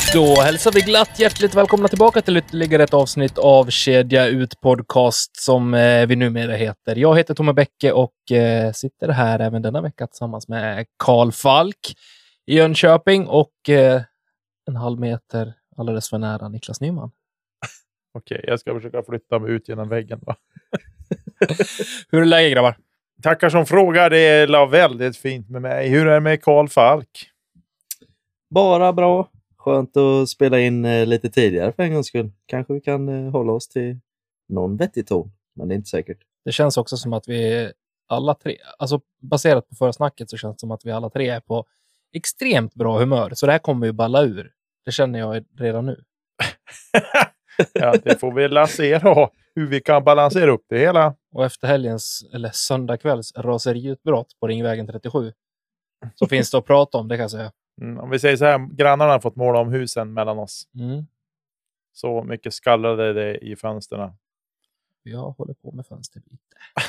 Då hälsar vi glatt hjärtligt välkomna tillbaka till ytterligare ett avsnitt av Kedja ut podcast som vi numera heter. Jag heter Tommy Bäcke och sitter här även denna vecka tillsammans med Karl Falk i Jönköping och en halv meter alldeles för nära Niklas Nyman. Okej, jag ska försöka flytta mig ut genom väggen då. Hur är läget, grabbar? Tackar som frågar, det är väldigt fint med mig. Hur är det med Karl Falk? Bara bra. Skönt att spela in lite tidigare för en gångs skull. Kanske vi kan hålla oss till någon vettig ton, men det är inte säkert. Det känns också som att vi alla tre, alltså baserat på förra snacket så känns det som att vi alla tre är på extremt bra humör. Så det här kommer ju balla ur. Det känner jag redan nu. Ja, det får vi se då. Hur vi kan balansera upp det hela. Och efter helgens, eller söndagskvälls raseriutbrott på Ringvägen 37 så finns det att prata om, det kan jag säga. Om vi säger så här, grannarna har fått måla om husen mellan oss. Så mycket skallrade det i fönsterna. Jag håller på med fönsterbite.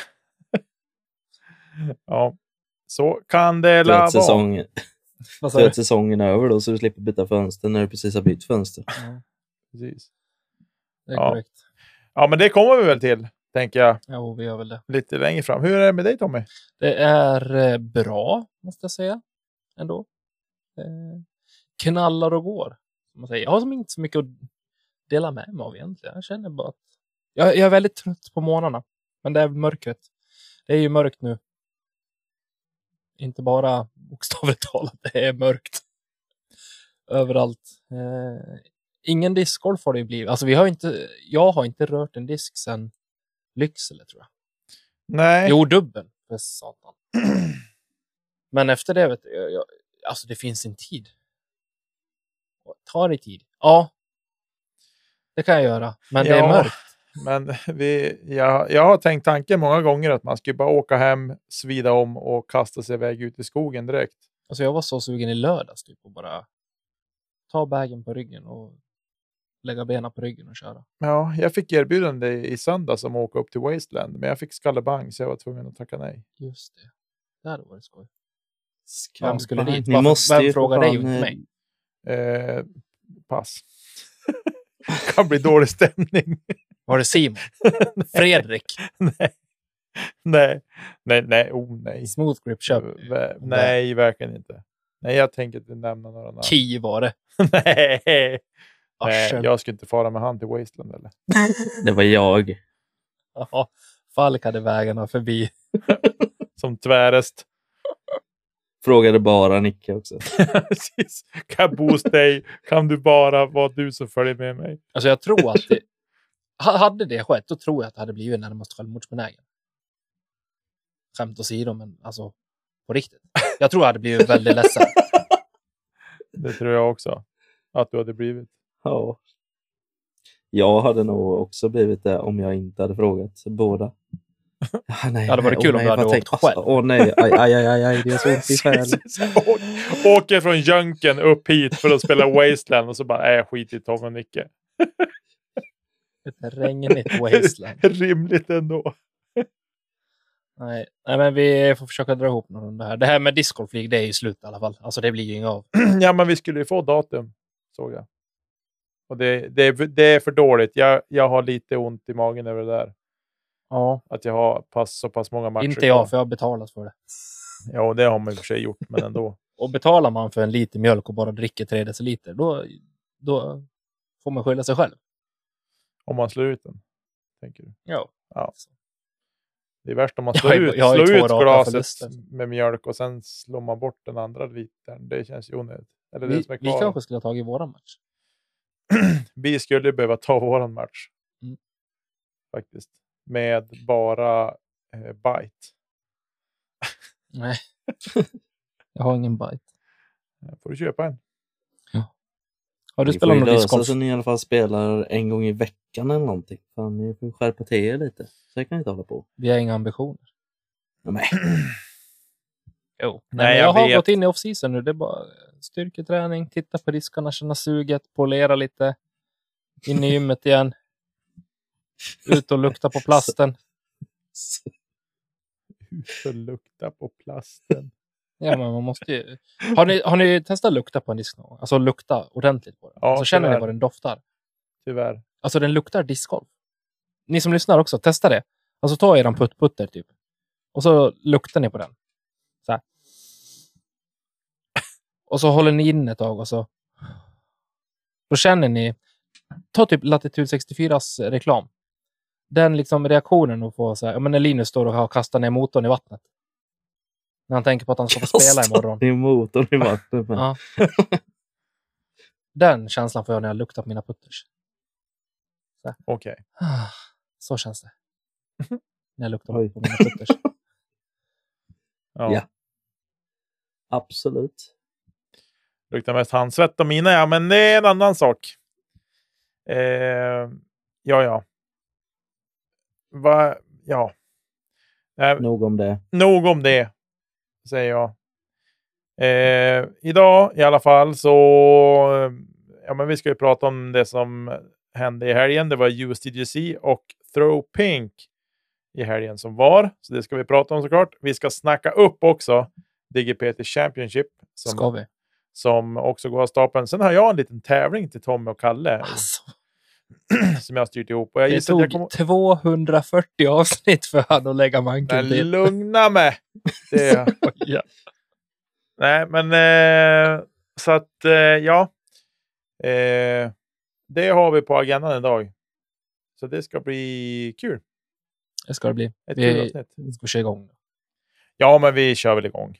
Ja, så kan det vara. Så att säsongen är över då, så du slipper byta fönster när du precis har bytt fönster. Ja. Precis. Det är korrekt. Ja, men det kommer vi väl till, tänker jag. Ja, vi gör väl det. Lite längre fram. Hur är det med dig, Tommy? Det är bra, måste jag säga. Ändå. Knallar och går. Jag har inte så mycket att dela med mig av egentligen. Jag känner bara att jag är väldigt trött på morgnarna. Men det är mörkret. Det är ju mörkt nu. Inte bara bokstavligt talat. Det är mörkt. Överallt. Ingen discgolf har det blivit. Alltså jag har inte rört en disk sedan Lycksele, tror jag. Nej. Jo, dubbel. För satan. Men efter det, vet du, alltså det finns en tid. Tar det tid? Ja. Det kan jag göra. Men det är mörkt. Men jag har tänkt tanken många gånger att man skulle bara åka hem, svida om och kasta sig iväg ut i skogen direkt. Alltså jag var så sugen i lördags typ och bara ta bagen på ryggen och lägga benen på ryggen och köra. Ja, jag fick erbjudande i söndag som åka upp till Wasteland. Men jag fick skallebang så jag var tvungen att tacka nej. Just det. Det hade varit skoj. Vem skulle dit? Vem frågar dig och inte mig? Pass. Det kan bli dålig stämning. Var det Simon? Fredrik? Nej. Nej. Smooth grip köp. Nej, verkligen inte. Nej, jag tänker inte nämna några namn. Ki var det. Nej, jag skulle inte fara med han till Wasteland eller? Det var jag. Ja, Falk hade vägarna förbi. Som tvärest. Frågade bara Nicke också. Precis. Kan jag bo hos dig? Kan du bara vara du som följer med mig? Alltså jag tror att det hade det skett, då tror jag att det hade blivit närmast självmordsbenägen. Skämt åsido, men alltså på riktigt. Jag tror jag hade blivit väldigt ledsen. Det tror jag också. Att du hade blivit. Ja. Jag hade nog också blivit det om jag inte hade frågat båda. Nej, det hade varit kul om du hade åkt själv. Åh nej, aj, det är så ont i själen. Åker från Jönken upp hit för att spela Wasteland och så bara, skit i Tom och Nicke. Ett regnigt Wasteland. Rimligt ändå. Nej, men vi får försöka dra ihop någon det här. Det här med discgolflig, det är ju slut i alla fall. Alltså det blir ju inga av. Ja, men vi skulle ju få datum, såg jag. Och det är för dåligt. Jag har lite ont i magen över det där. Ja. Att jag har så pass många matcher. Inte jag, för jag har betalat för det. Ja, det har man i och för sig gjort, men ändå. Och betalar man för en liter mjölk och bara dricker 3 deciliter, då får man skylla sig själv. Om man slår ut den, tänker du? Ja. Det är värst om man slår ut glaset med mjölk och sen slår man bort den andra litern. Det känns ju onödigt. Eller vi kanske skulle ha tagit våran match. Vi skulle behöva ta våran match. Faktiskt. Med bara bite. Nej. Jag har ingen bite. Får du köpa en. Ja. Har du spelat någon discgolf? Så ni i alla fall spelar en gång i veckan eller någonting. Fan, ni får skärpa till er lite. Så jag kan inte hålla på. Vi har inga ambitioner. Nej. Jo. Nej, jag har gått in i off-season nu. Det är bara styrketräning, titta på diskarna, känna suget, polera lite. In i gymmet igen. Ut och lukta på plasten. Ut och lukta på plasten. Ja, men man måste ju... Har ni testat lukta på en disk någon gång? Alltså lukta ordentligt på den. Ja, så känner ni vad den doftar. Tyvärr. Alltså den luktar discgolf. Ni som lyssnar också, testa det. Alltså ta eran putter typ. Och så luktar ni på den. Så här. Och så håller ni in ett tag och så... Då känner ni... Ta typ Latitude 64s reklam. Den liksom reaktionen att få så här... Men när Linus står och har kastat ner motorn i vattnet. När han tänker på att han ska få spela imorgon. I motorn i vattnet. Ja. Den känslan får jag när jag luktar på mina putters. Okej. Så känns det. När jag luktar på mina putters. Ja. Absolut. Luktar mest handsvett och mina, ja. Men det är en annan sak. Ja. Ja. Nog om det. Nog om det, säger jag. Idag i alla fall så... Ja, men vi ska ju prata om det som hände i helgen. Det var USDGC och Throw Pink i helgen som var. Så det ska vi prata om såklart. Vi ska snacka upp också DigiPT Championship. Som också går av stapeln. Sen har jag en liten tävling till Tommy och Kalle. Alltså. Som jag har styrt ihop. Och det tog 240 avsnitt för han att lägga manken till. Lugna mig! Det... Ja. Nej, men så att ja. Det har vi på agendan idag. Så det ska bli kul. Det ska det bli. Vi ska köra igång. Ja, men vi kör väl igång.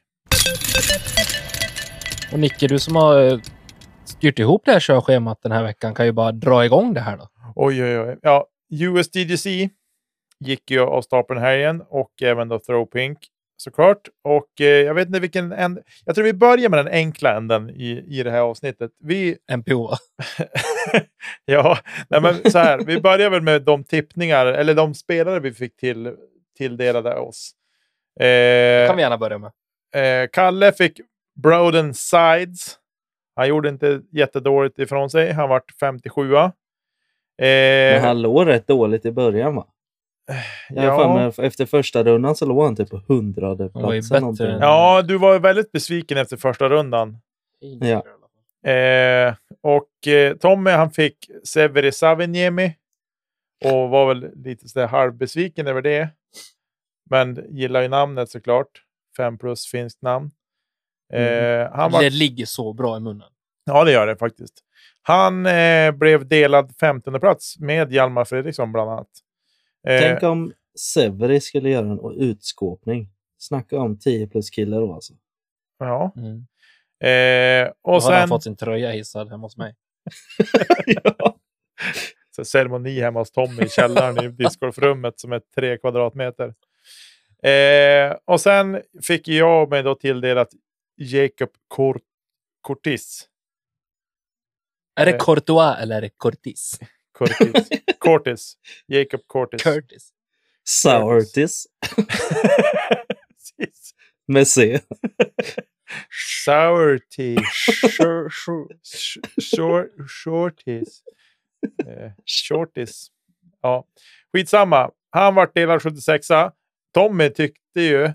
Och Nicke, du som har styrt ihop det här körschemat den här veckan kan ju bara dra igång det här då. Oj. Ja, USDGC gick ju av stapeln här igen och även då Throw Pink såklart. Och jag vet inte vilken ände. Jag tror vi börjar med den enkla änden i det här avsnittet. MPO. Ja, nej, men så här. Vi börjar väl med de tippningar eller de spelare vi fick tilldelade oss. Kan vi gärna börja med. Kalle fick Broden Sides. Han gjorde inte jättedåligt ifrån sig. Han vart 57. Men han låg rätt dåligt i början, va? Efter första rundan så låg han typ på 100:e platsen. Ja, du var väldigt besviken efter första rundan. Ja. Och Tommy, han fick Severi Saviniemi och var väl lite så halvbesviken över det. Men gillar ju namnet såklart. 5+ finskt namn. Det ligger så bra i munnen. Ja, det gör det faktiskt. Han blev delad 15:e plats med Hjalmar Fredriksson bland annat. Tänk om Severi skulle göra en utskåpning. Snacka om 10+ killar då alltså. Ja. Och då sen... hade han fått sin tröja hissad hemma hos mig. Ja. Så ceremoni hemma hos Tommy i källaren i discgolfrummet som är 3 kvadratmeter. Och sen fick jag mig då tilldelat Jacob Cortis. Är det Courtois eller är det Cortis? Cortis. Jacob Cortis. Sourtis. Med C. Sourty. Shortis. Ja. Skitsamma. Han var delad 76. Tommy tyckte ju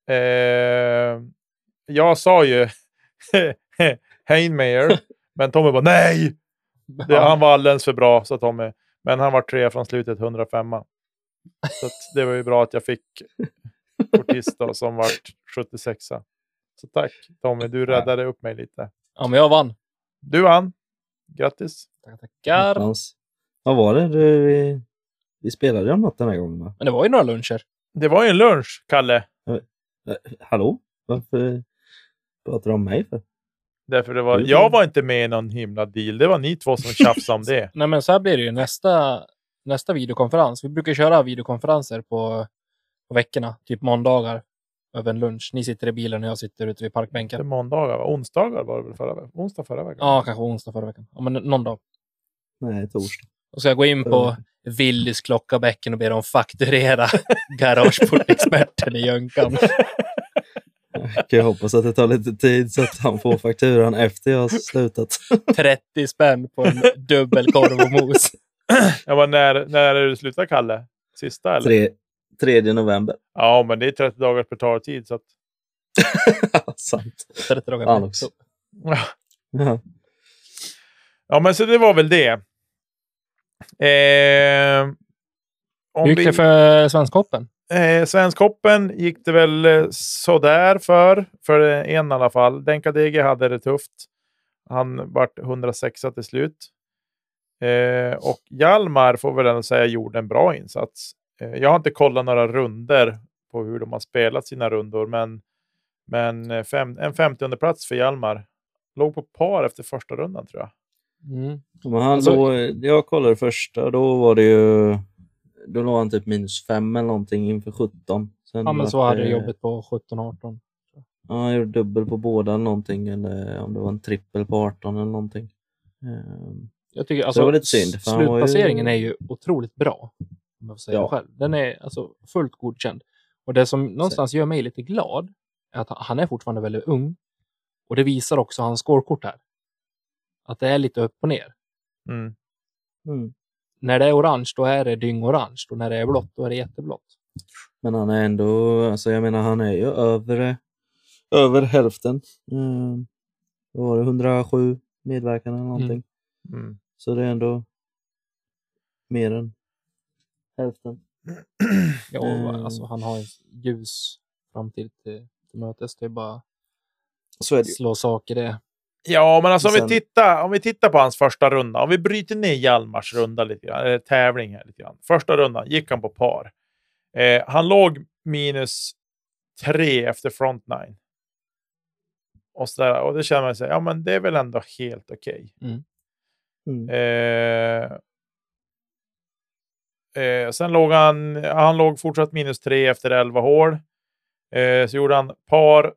jag sa ju Heinmeier, men Tommy bara nej. Han var alldeles för bra, sa Tommy. Men han var 3 från slutet, 105. Så det var ju bra att jag fick Cortis då, som var 76. Så tack Tommy, du räddade upp mig lite. Ja, men jag vann. Du vann. Grattis. Tackar. Vad var det? Vi spelade ju något den här gången, va? Men det var ju några luncher. Det var ju en lunch, Kalle. Hallå? Varför pratar du om mig för? Därför jag var inte med i någon himla deal. Det var ni två som tjafsade om det. Nej, men så här blir det ju nästa videokonferens. Vi brukar köra videokonferenser på veckorna. Typ måndagar över en lunch. Ni sitter i bilen och jag sitter ute vid parkbänken. Det måndagar, va? Onsdagar var det väl onsdag förra veckan? Ja, kanske onsdag förra veckan. Ja, men någon dag. Nej, torsdag. Och så jag går in på Willys Klockabäcken och ber dem fakturera garageportexperten i Jönkan. Jag hoppas att det tar lite tid så att han får fakturan efter jag har slutat. 30 spänn på en dubbelkorv och mos. Ja, men när är det slutar, Kalle? Sista eller? 3 november. Ja, men det är 30 dagars betaltid så att Sant. 30 dagar Ja, på också. upp. Ja. Ja, men så det var väl det. Hur gick det för Svenskhoppen? Svenskhoppen gick det väl sådär för en i alla fall. Denka Dege hade det tufft. Han vart 106 till slut. Och Hjalmar får väl ändå säga gjorde en bra insats. Jag har inte kollat några runder på hur de har spelat sina rundor, men en 50:e plats för Hjalmar. Låg på par efter första rundan tror jag. Men han Alltså- jag kollade första, då var det ju... Då låg han typ -5 eller någonting inför 17. Sen Ja, men vart så hade det jobbet på 17-18. Ja, han gjorde dubbel på båda eller någonting. Eller om det var en trippel på 18 eller någonting. Jag tycker det alltså, var lite synd, för han var ju- slutplaceringen är ju otroligt bra. Om jag får säga Ja. det själv. Den är alltså fullt godkänd. Och det som någonstans gör mig lite glad är att han är fortfarande väldigt ung. Och det visar också hans scorekort här. Att det är lite upp och ner. Mm. När det är orange, då är det dyng-orange. Och när det är blått, då är det jätteblått. Men han är ändå, alltså jag menar, han är ju över hälften. Då var det 107 medverkande eller någonting. Mm. Så det är ändå mer än hälften. Ja, alltså han har en ljus framtid till mötes. Det är bara Så är det ju. slå saker det. Ja, men alltså Sen- om vi tittar på hans första runda. Om vi bryter ner Hjalmars runda lite grann, eller tävling här lite grann. Första rundan gick han på par. Han låg -3 efter front nine. Och det känner man sig, ja men det är väl ändå helt okej. Sen låg han låg fortsatt -3 efter 11 hål. Så gjorde han par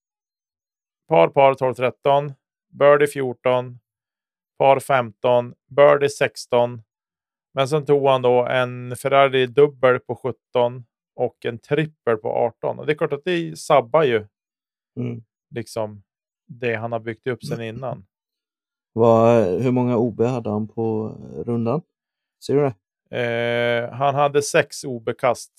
12-13, birdie 14, par 15, birdie 16. Men sen tog han då en Ferrari dubbel på 17 och en trippel på 18. Och det är klart att det sabbar ju liksom det han har byggt upp sen innan. Hur många OB hade han på rundan? Ser du det? Han hade 6 OB-kast.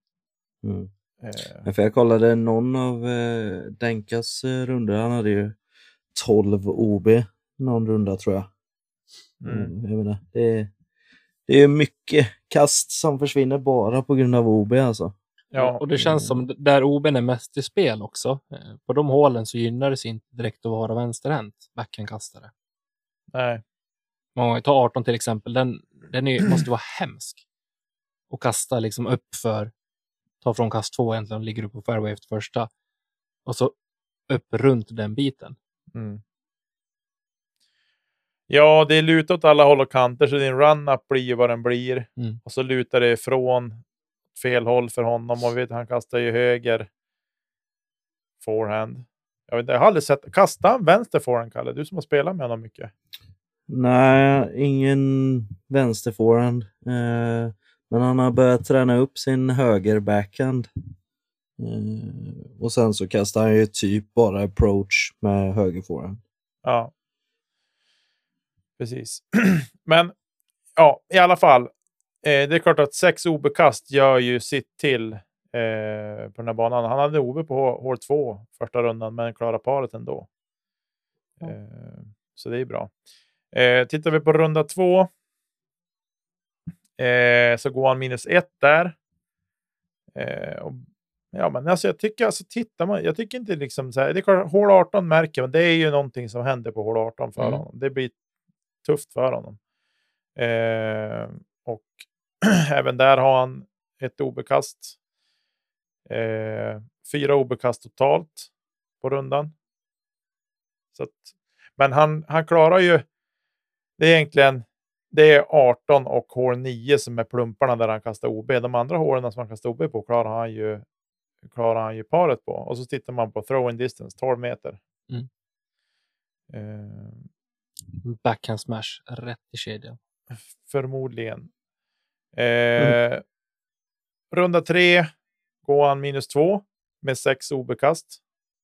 För jag kollade någon av Denkas runder. Han hade ju 12 OB någon runda tror jag. Jag menar, det är mycket kast som försvinner bara på grund av OB alltså. Ja. Och det känns som där OB:n är mest i spel också. På de hålen så gynnar det sig inte direkt att vara vänsterhänt backhandkastare. Nej. Ta 18 till exempel. Den måste vara hemsk. Och kasta liksom upp för, ta från kast 2 egentligen och ligger du på fairway efter första. Och så upp runt den biten. Ja, det är lutat åt alla håll och kanter så din run-up blir ju vad den blir. Och så lutar det ifrån fel håll för honom. Och vi vet, han kastar ju höger forehand. Jag har aldrig sett. Kastar han vänster forehand, Kalle? Du som har spelat med honom mycket. Nej, ingen vänster forehand. Men han har börjat träna upp sin höger backhand. Och sen så kastar han ju typ bara approach med höger forehand. Ja. Precis. Men ja, i alla fall. Det är klart att 6 OB-kast gör ju sitt till på den här banan. Han hade OB på hål 2 första rundan, men klarar paret ändå. Så det är bra. Tittar vi på runda 2 så går han -1 där. Ja, men alltså jag tycker alltså jag tycker inte liksom så här, det är klart hål 18 märker, men det är ju någonting som händer på hål 18 för honom. Det blir tufft för honom. Och även där har han ett OB-kast. 4 OB-kast totalt på rundan. Så att, men han klarar ju, det är egentligen det är 18 och hål 9 som är plumparna där han kastar OB. De andra hålen som han kastar OB på klarar han ju paret på. Och så tittar man på throw in distance, 12 meter. Backhand smash rätt i kedjan. Förmodligen. Runda 3 går han -2 med 6 OB-kast.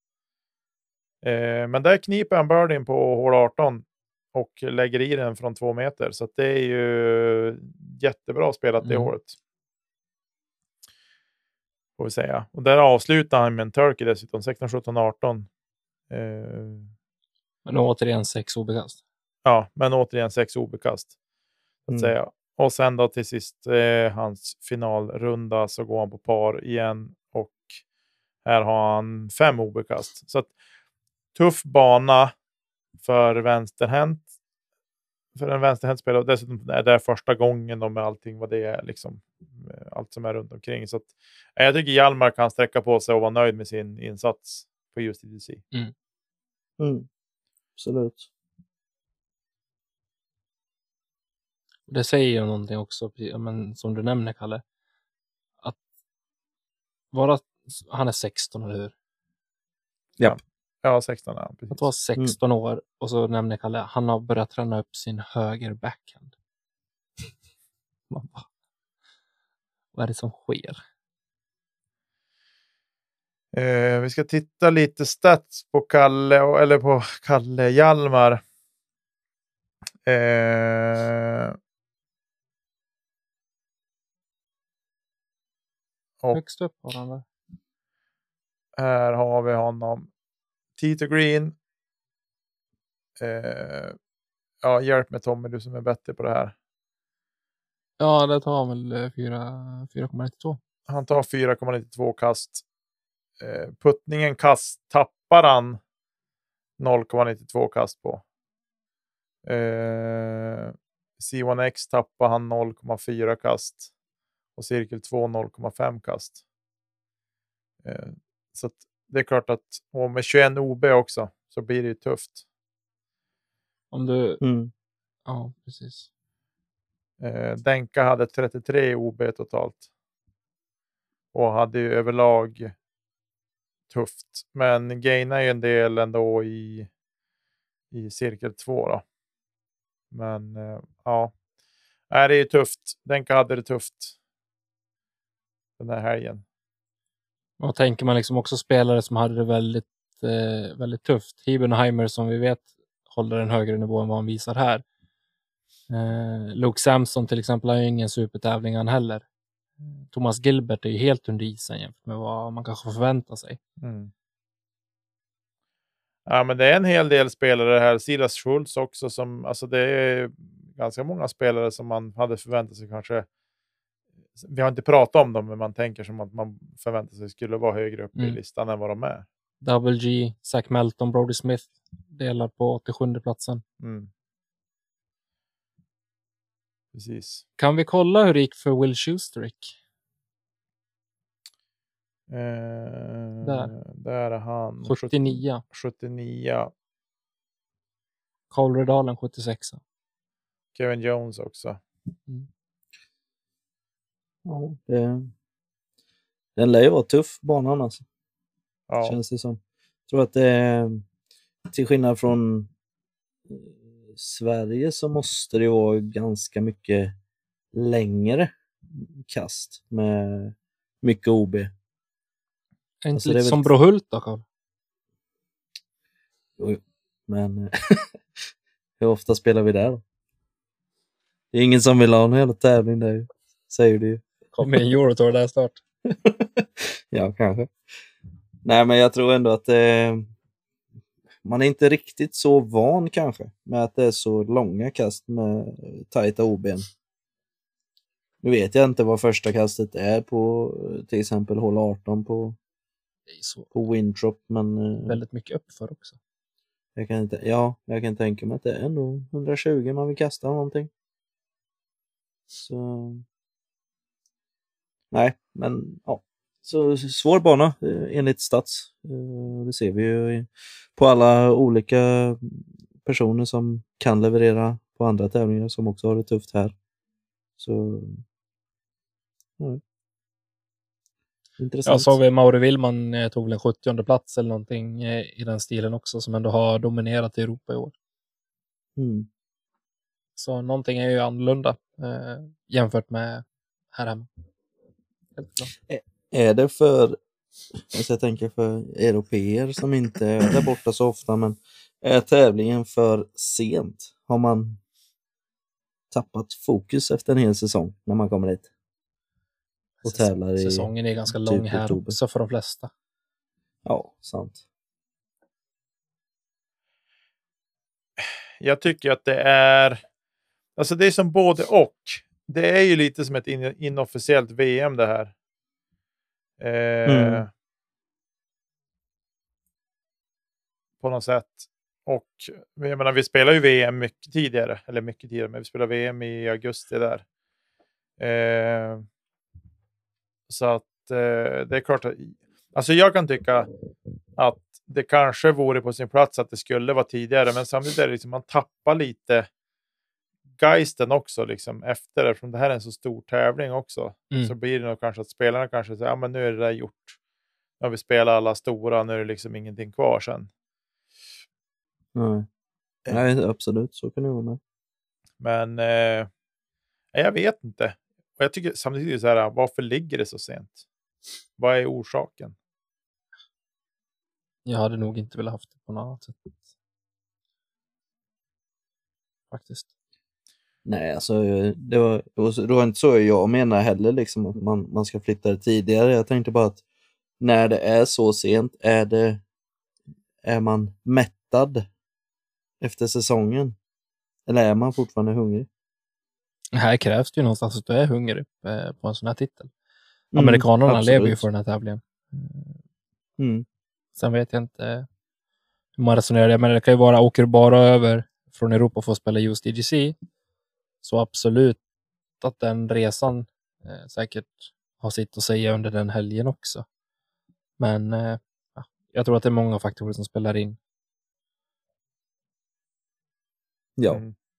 Men där kniper han birdien på hål 18 och lägger i den från 2 meter. Så att det är ju jättebra spelat det hålet. får vi säga. Och där avslutar han med en turkey dessutom. 16, 17, 18. Men återigen 6 obekast. Ja, men återigen 6 obekast. Att säga. Och sen då till sist hans finalrunda så går han på par igen. Och här har han 5 obekast. Så att tuff bana för vänsterhänt. För en vänsterhänt spelare. Och dessutom är det första gången då med allting vad det är. Liksom, allt som är runt omkring. Så att, jag tycker Hjalmar kan sträcka på sig och vara nöjd med sin insats på USDGC. Absolut. Det säger ju någonting också, men som du nämner, Kalle. Att han är 16, eller hur? Ja, 16 är precis. Att vara 16 år och så nämner Kalle, han har börjat träna upp sin höger backhand. Man bara, vad är det som sker? Vi ska titta lite stats på Kalle Hjalmar. Högst upp har han där. Här har vi honom. Tee to green. Hjälp med Tommy, du som är bättre på det här. Ja, det tar väl 4,92. Han tar 4,92 kast. Puttningen tappar han 0,92 kast på. C1X tappar han 0,4 kast. Och cirkel 2 0,5 kast. Så att det är klart att och med 21 OB också så blir det ju tufft. Om du... Ja, precis. Denka hade 33 OB totalt. Och hade ju överlag tufft. Men gainar ju en del ändå i cirkel 2 då. Men ja. Det är ju tufft. Denka hade det tufft den här helgen. Och tänker man liksom också spelare som hade det väldigt, väldigt tufft. Hebenheimer som vi vet håller en högre nivå än vad han visar här. Luke Samson till exempel har ju ingen supertävling han heller. Thomas Gilbert är ju helt under isen jämfört med vad man kanske förväntar sig. Ja, men det är en hel del spelare här. Silas Schultz också som, alltså det är ganska många spelare som man hade förväntat sig kanske. Vi har inte pratat om dem, men man tänker som att man förväntar sig skulle vara högre upp i listan än vad de är. Double G, Zach Melton, Brody Smith delar på 87:e platsen. Precis. Kan vi kolla hur det gick för Will Schusterick? Där är han 79. 79. Carl Redalen 76. Kevin Jones också. Ja, den lär ju vara tuff banan alltså. Ja. Känns det som. Jag tror att det är, till skillnad från Sverige så måste det vara ganska mycket längre kast med mycket OB. Är inte Alltså, lite det är väl- som Brohult då, Carl? Jo, men hur ofta spelar vi där då? Det är ingen som vill ha en hela tävling där ju, säger du ju. Kommer en Eurotour där snart. Ja, kanske. Nej, men jag tror ändå att man är inte riktigt så van kanske med att det är så långa kast med tajta OB:n. Nu vet jag inte vad första kastet är på till exempel hål 18 på Winthrop, men Väldigt mycket uppför också. jag kan tänka mig att det är ändå 120 man vill kasta någonting. Så nej, men ja. Så svår bana enligt stats. Det ser vi ju på alla olika personer som kan leverera på andra tävlingar som också har det tufft här. Så ja. Intressant. Ja, så har vi Mauri Willman tog väl en 70:e plats eller någonting i den stilen också, som ändå har dominerat i Europa i år. Så någonting är ju annorlunda jämfört med här hemma. Är det för, jag tänker för europeer som inte är där borta så ofta, men är tävlingen för sent? Har man tappat fokus efter en hel säsong när man kommer dit? och tävlar i säsongen är ganska typ lång här oktober. också för de flesta. Ja, sant. Jag tycker att det är... Alltså det är som både och. Det är ju lite som ett inofficiellt VM det här. På något sätt. Och jag menar, vi spelar ju VM mycket tidigare. Eller mycket tidigare, men vi spelar VM i augusti där. Så att det är klart att... Alltså jag kan tycka att det kanske vore på sin plats att det skulle vara tidigare. Men samtidigt är det liksom, man tappar lite geisten också liksom efter, eftersom det här är en så stor tävling också. Så blir det nog kanske att spelarna kanske säger, ja men nu är det där gjort. Nu har vi spelat alla stora, nu är det liksom ingenting kvar sen. Nej, absolut, så kan det vara med. Men jag vet inte. Och jag tycker samtidigt så här, varför ligger det så sent? Vad är orsaken? Jag hade nog inte velat haft det på något annat sätt. Faktiskt. Nej, alltså det var inte så jag menar heller liksom att man ska flytta det tidigare. Jag tänkte bara att när det är så sent är man mättad efter säsongen? Eller är man fortfarande hungrig? Här krävs det ju någonstans att du är hungrig på en sån här titel. Amerikanerna lever ju för den här tävlingen. Sen vet jag inte hur man resonerar det, men det kan ju vara, åker bara över från Europa för att spela USDGC, så absolut att den resan säkert har sitt att säga under den helgen också. Men jag tror att det är många faktorer som spelar in. Ja.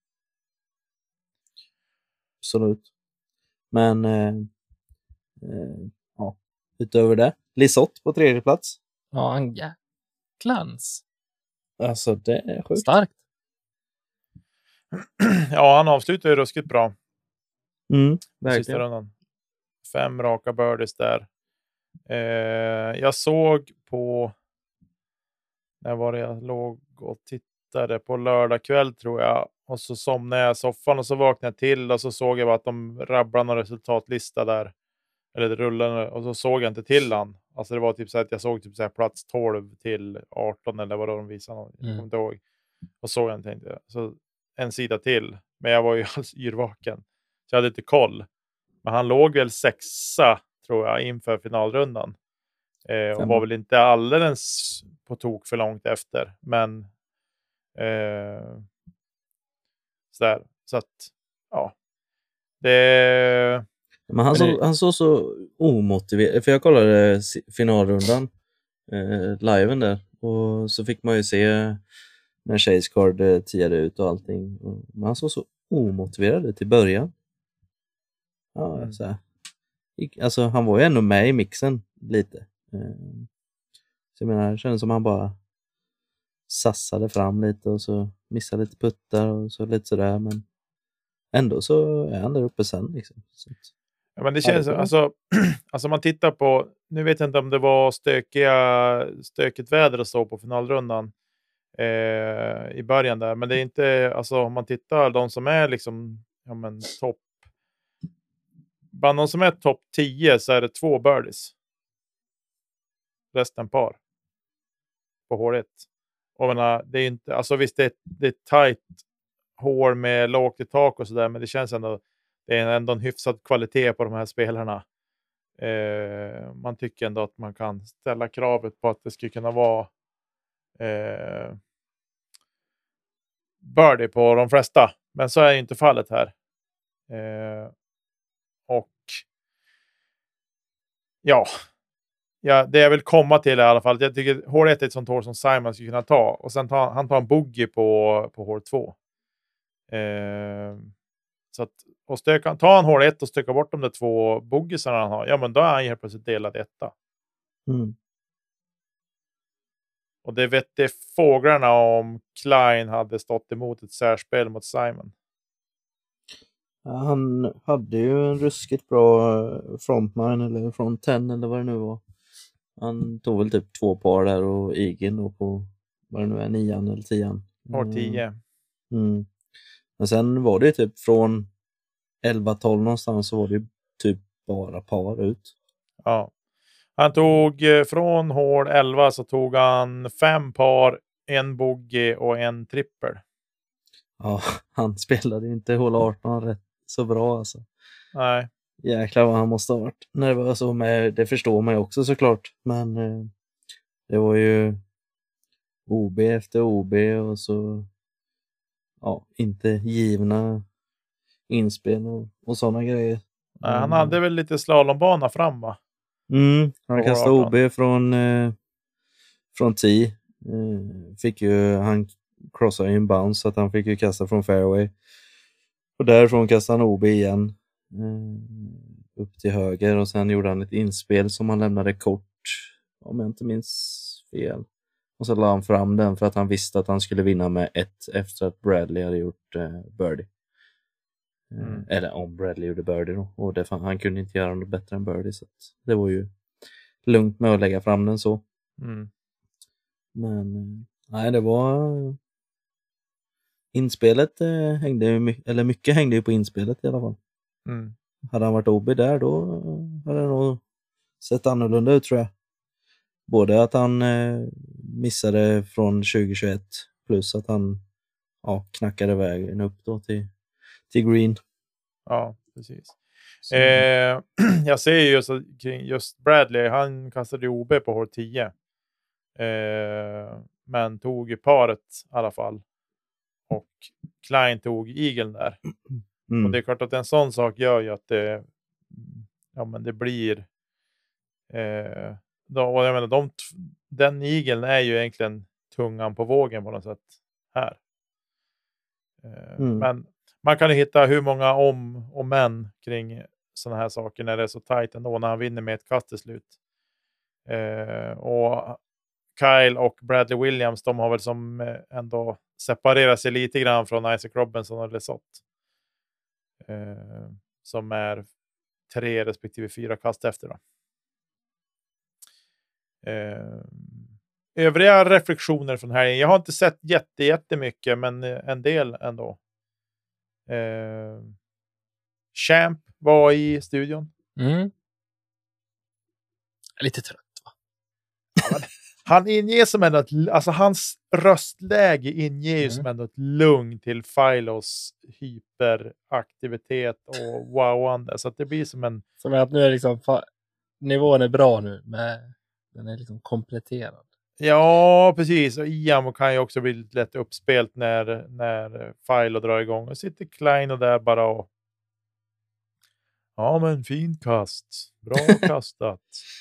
Absolut. Men ja, utöver det, Lisotte på 3:e plats. Ja, en jäklans. Alltså det är sjukt. Starkt. Ja, han avslutar ju ruskigt bra. Verkligen. Sista rundan. 5 raka birdies där. Jag såg på... När var det jag låg och tittade? På lördag kväll tror jag. Och så somnade jag i soffan och så vaknade jag till. Och så såg jag att de rabblade någon resultatlista där. Eller det rullade. Och så såg jag inte till han. Alltså det var typ så att jag såg typ så här plats 12 till 18 eller vad de visade. Jag kommer inte ihåg. Och såg jag inte. Så en sida till. Men jag var ju alls yrvaken. Så jag hade inte koll. Men han låg väl 6:a tror jag inför finalrundan. Och var väl inte alldeles på tok för långt efter. Men sådär. Så att ja. Det... Men han såg så omotiverad. För jag kollade finalrundan liven där. Och så fick man ju se när Chase Card tiade ut och allting. Men han såg så omotiverad ut i början. Ja, så här. Alltså han var ju ändå med i mixen lite. Så jag menar, det kändes som han bara sassade fram lite och så missade lite puttar och så lite sådär. Men ändå så är han där uppe sen liksom. Så att... Ja, men det känns alltså man tittar på, nu vet jag inte om det var stökigt väder och så på finalrundan i början där, men det är inte, alltså om man tittar de som är liksom topp, bland de som är topp 10 så är det 2 birdies. Resten par på hålet. Och menar, det är inte, alltså visst det är tight hår med lågt i tak och sådär, men det känns ändå, det är ändå en hyfsad kvalitet på de här spelarna. Man tycker ändå att man kan ställa kravet på att det skulle kunna vara birdie på de flesta. Men så är ju inte fallet här. Och ja, det jag vill komma till i alla fall. Jag tycker hål 1 är ett sånt hål som Simon skulle kunna ta. Och sen han tar en bogey på hål 2. Så att, och ta en hål 1 och stöka bort de där 2 boggisarna han har. Ja, men då är han helt plötsligt delad 1. Och det vet det fåglarna om Klein hade stått emot ett särspel mot Simon. Ja, han hade ju en ruskigt bra frontman eller front 10 eller vad det nu var. Han tog väl typ 2 par där och igen och på vad det nu är, 9 eller 10. Par 10. Men sen var det typ från 11-12 någonstans så var det typ bara par ut. Ja. Han tog från hål 11 så tog han 5 par, en bogey och en trippel. Ja, han spelade inte hål 18 rätt så bra alltså. Nej. Jäklar vad han måste ha varit nervös och med, det förstår man ju också såklart. Men det var ju OB efter OB och så inte givna inspel och sådana grejer. Nej, han hade väl lite slalombana fram, va? Han kastade OB från tee. Han crossade in bounce så att han fick ju kasta från fairway. Och därifrån kastade han OB igen. Upp till höger och sen gjorde han ett inspel som han lämnade kort, om jag inte minns fel. Och så la han fram den för att han visste att han skulle vinna med 1 efter att Bradley hade gjort birdie. Eller om Bradley gjorde birdie då. Och han kunde inte göra något bättre än birdie, så att det var ju lugnt med att lägga fram den så. Men nej, det var inspelet hängde ju mycket hängde ju på inspelet i alla fall. Hade han varit OB där då hade det nog sett annorlunda ut, tror jag. Både att han missade från 2021 plus att han knackade vägen upp då till green. Ja, precis. Jag ser ju just Bradley, han kastade OB på hål 10. Men tog ju paret i alla fall. Och Klein tog eaglen där. Och det är klart att en sån sak gör ju att det blir och jag menar, den eaglen är ju egentligen tungan på vågen på något sätt här. Men man kan ju hitta hur många om och men kring såna här saker när det är så tajt ändå, när han vinner med ett kast till slut. Och Kyle och Bradley Williams, de har väl som ändå separerat sig lite grann från Isaac Robinson och Lesoth. Som är 3 respektive 4 kast efter då. Övriga reflektioner från här. Jag har inte sett jättemycket, men en del ändå. Champ var i studion. Lite trött, va? Han inger som ändå alltså hans röstläge inger ju som ändå ett lugn till Philos hyperaktivitet och wowande. Så att det blir som en... Som att nu är liksom nivån är bra nu, men den är liksom kompletterad. Ja, precis. Och Ian kan ju också bli lite lätt uppspelt när Philo drar igång. Och sitter Klein och där bara och... Ja, men fin kast. Bra kastat.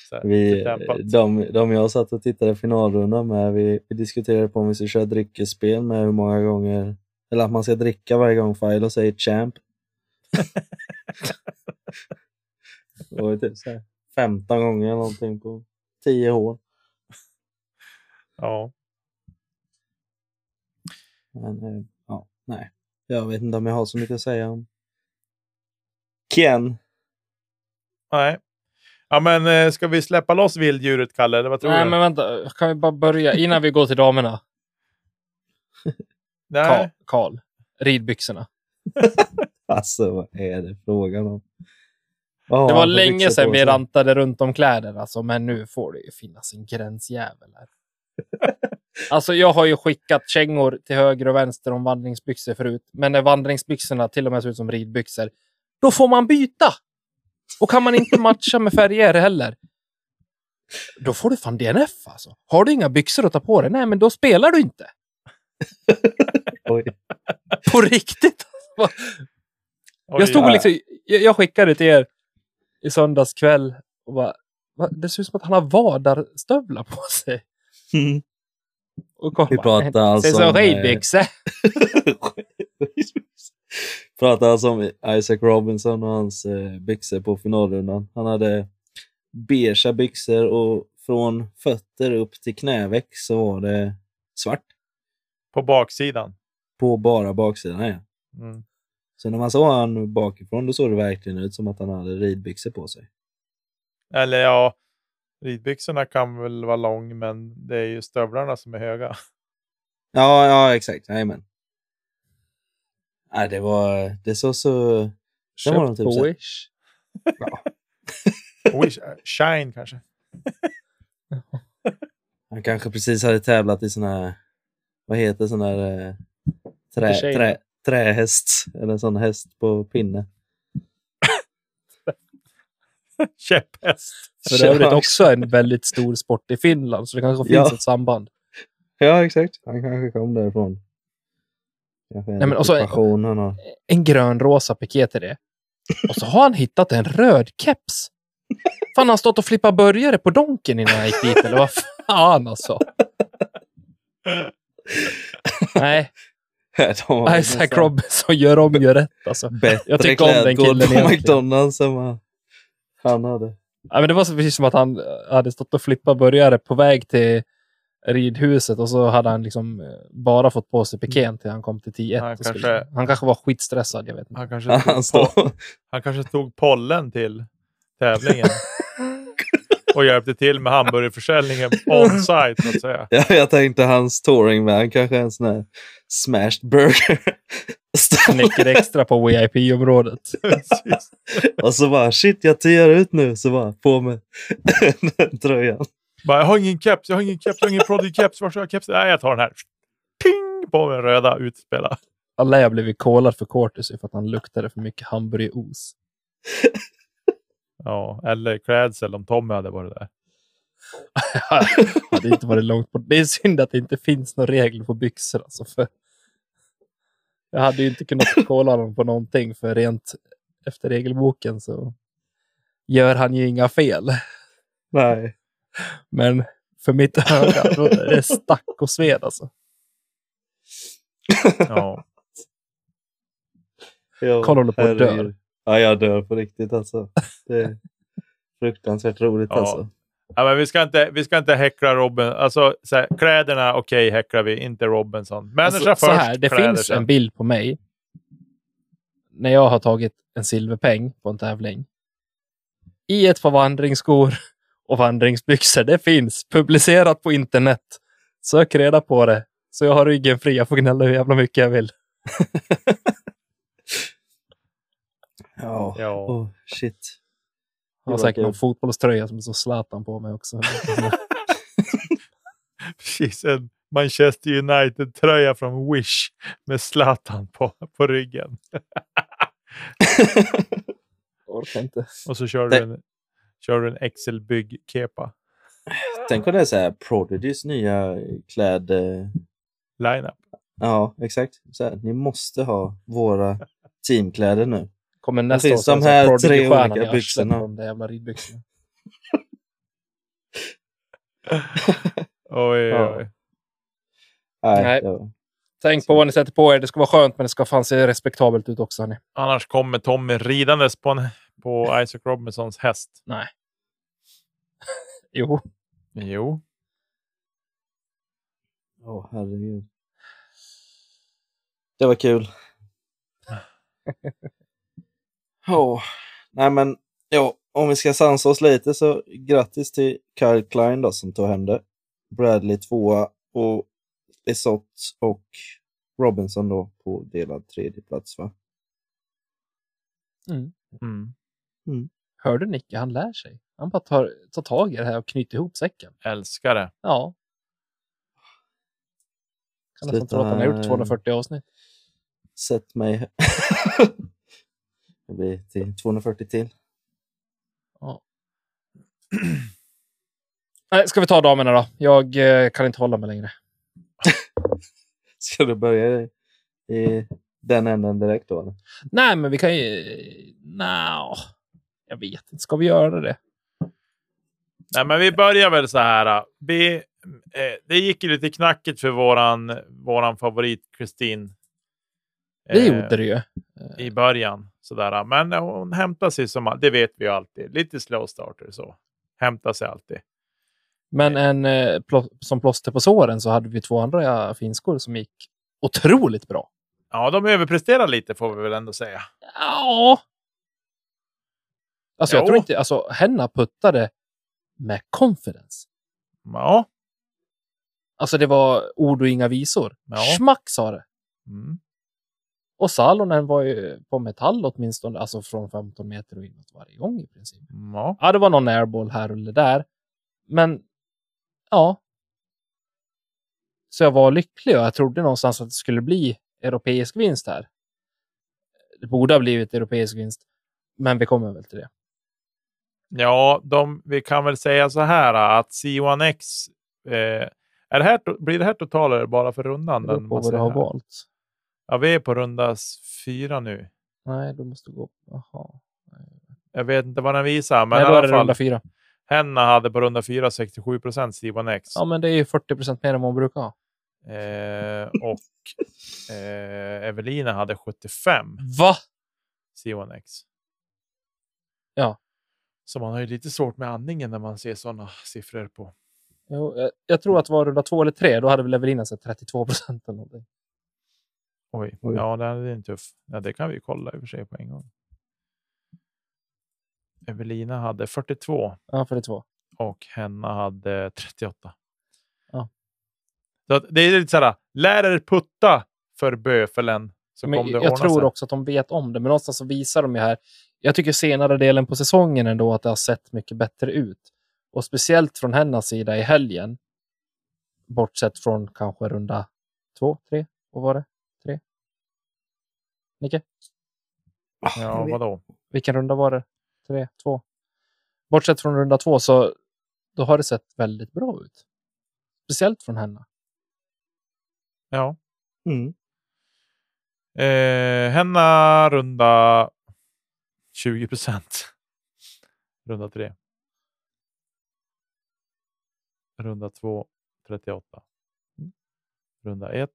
De jag satt och tittade finalrundan med, vi diskuterade på om vi ska köra dryckesspel med hur många gånger, eller att man ska dricka varje gång Philo säger champ. Och typ så här 15 gånger eller någonting på 10 hål. Ja. Men nej. Jag vet inte om jag har så mycket att säga om Ken. Nej. Ja, men ska vi släppa loss vilddjuret, Kalle? Eller vad tror du? Nej, men vänta. Kan vi bara börja innan vi går till damerna? Nej. Karl. Ridbyxorna. Alltså, vad är det frågan om? Det var länge sedan vi rantade runt om kläder, alltså, men nu får det ju finnas en gränsjävel här. Alltså, jag har ju skickat kängor till höger och vänster om vandringsbyxor förut, men när vandringsbyxorna till och med ser ut som ridbyxor, då får man byta. Och kan man inte matcha med färger heller, då får du fan DNF alltså. Har du inga byxor att ta på dig? Nej, men då spelar du inte. Oj. På riktigt. Jag stod liksom, jag skickade till er i söndags kväll och bara, det ser ut som att han har vadarstövlar på sig. Och kolla, vi pratar alltså om ridbyxor. Pratar alltså om Isaac Robinson och hans byxor på finalrundan. Han hade beige byxor och från fötter upp till knäveck så var det svart. På baksidan? På bara baksidan, ja. Så när man såg han bakifrån, då såg det verkligen ut som att han hade ridbyxor på sig. Eller ja, ridbyxorna kan väl vara lång, men det är ju stövlarna som är höga. Ja, exakt. Jajamän. Nej, det såg så... Det var typ så. Ja. Wish, Shine kanske. Han kanske precis hade tävlat i sån här, vad heter sån här trähäst, eller sån häst på pinne. Käpphäst. För övrigt också en väldigt stor sport i Finland, så det kanske finns ett samband. Ja, exakt. Han kanske kom därifrån. Nej, men också en grön-rosa piké till det. Och så har han hittat en röd keps. Fan, han stått och flippat burgare på donken innan han gick dit, eller vad fan alltså. Nej. Isaac Robinson gör om, gör rätt alltså. Jag tycker om den killen på McDonald's som han hade. Ja, men det var så precis som att han hade stått och flippat burgare på väg till ridhuset, och så hade han liksom bara fått på sig pikén till han kom till 10-1. Han kanske var skitstressad, jag vet inte. Han kanske tog pollen till tävlingen och hjälpte till med hamburgerförsäljningen on-site, så att säga. Ja, jag tänkte hans touring van kanske en sån här smashed burger. Snicker extra på VIP-området. Och så bara, shit, jag tear ut nu. Så bara, på med tröjan. Bara, jag har ingen keps, jag har ingen Prodigy keps. Var ska jag keps? Nej, jag tar den här. Ping! På med röda utspela. Alla jag blev kollad för Cortisy för att han luktade för mycket hamburgeros. Ja, eller klädsel om Tommy hade varit där. hade inte varit långt bort. Det är synd att det inte finns några regler på byxor. Alltså, för jag hade ju inte kunnat kolla honom på någonting, för rent efter regelboken så gör han ju inga fel. Nej. Men för mitt öga då är det stack och sved alltså. Ja. Kolla på att dör. Ja, jag dör på riktigt alltså. Det är fruktansvärt roligt alltså. Ja, men vi ska inte häckla Robin. Alltså, så här, kläderna, okej, häcklar vi. Inte Robinson. Människa alltså, först. Så här, det finns en bild på mig. När jag har tagit en silverpeng på en tävling. I ett par vandringsskor och vandringsbyxor. Det finns publicerat på internet. Sök reda på det. Så jag har ryggen fri. Jag får gnälla hur jävla mycket jag vill. Ja. Oh, shit. Jag har säkert någon fotbollströja som är så Zlatan på mig också. Precis, en Manchester United-tröja från Wish med Zlatan på ryggen. Orkar inte. Och så kör du en Excel-bygg-kepa. Tänk om det är så här Prodigys nya line-up. Ja, exakt. Så här, ni måste ha våra teamkläder nu. Kommer nästa år de här 3 olika byxorna. De där jävla ridbyxorna. Oj. Nej. Tänk på vad ni sätter på er. Det ska vara skönt, men det ska fan se respektabelt ut också. Hörni. Annars kommer Tommy ridandes på Isaac Robinsons häst. Nej. Jo. Herregud. Det var kul. Nej men, om vi ska sansa oss lite så grattis till Kyle Klein då, som tog hem det. Bradley 2 och Lisotte och Robinson då på delad 3:e plats, va? Hörde Nicke, han lär sig. Han bara tar tag i det här och knyter ihop säcken. Älskar det. Ja. Kan nästan tro att han har gjort 240 avsnitt. Sätt mig. Det blir till 240 till. Ja. Nej, ska vi ta damerna då? Jag kan inte hålla mig längre. Ska du börja i den änden direkt då? Eller? Nej, men vi kan ju... jag vet inte. Ska vi göra det? Nej, men vi börjar väl så här. Det gick ju lite knackigt för våran favorit Kristin. Det gjorde det ju. I början. Sådär. Men hon hämtar sig som... Det vet vi ju alltid. Lite slow starter så. Hämtar sig alltid. Men som plåster på såren så hade vi 2 andra finskor som gick otroligt bra. Ja, de överpresterar lite får vi väl ändå säga. Ja. Alltså jag tror inte... Alltså Henna puttade med confidence. Ja. Alltså det var ord och inga visor. Ja. Schmack sa det. Och Salonen var ju på metall åtminstone, alltså från 15 meter och inåt varje gång i princip. Ja. Ja, det var någon airball här eller där. Men, ja. Så jag var lycklig och jag trodde någonstans att det skulle bli europeisk vinst här. Det borde ha blivit europeisk vinst. Men vi kommer väl till det. Ja, vi kan väl säga så här att C1X blir det här total eller bara för rundan? Det beror på vad du har valt. Ja, vi är på runda 4 nu. Nej, du måste gå. Jaha. Jag vet inte vad den visar, men nej, i då alla är det fall. runda 4. Henna hade på runda 4 67% C1X. Ja, men det är ju 40% mer än vad man brukar ha. Och Evelina hade 75. Va? C1X. Ja. Så man har ju lite svårt med andningen när man ser sådana siffror på. Jo, jag tror att det var runda 2 eller 3. Då hade väl Evelina sett 32% eller någonting. Oj. Ja, det är en tuff. Ja, det kan vi kolla i och för sig på en gång. Evelina hade 42. Ja, 42. Och Henna hade 38. Ja. Så det är lite såhär, lär er putta för böfelen. Så men kom det jag tror sig. också att de vet om det. Men någonstans så visar de ju här. Jag tycker senare delen på säsongen ändå att det har sett mycket bättre ut. Och speciellt från hennes sida i helgen. Bortsett från kanske runda 2, 3. Vad var det? 3? Nicke? Ja, vadå? Vilken runda var det? 3, 2. Bortsett från runda 2 så då har det sett väldigt bra ut. Speciellt från henne. Ja. Mm. Henna runda 20%. Runda 3. Runda 2 38. Runda 1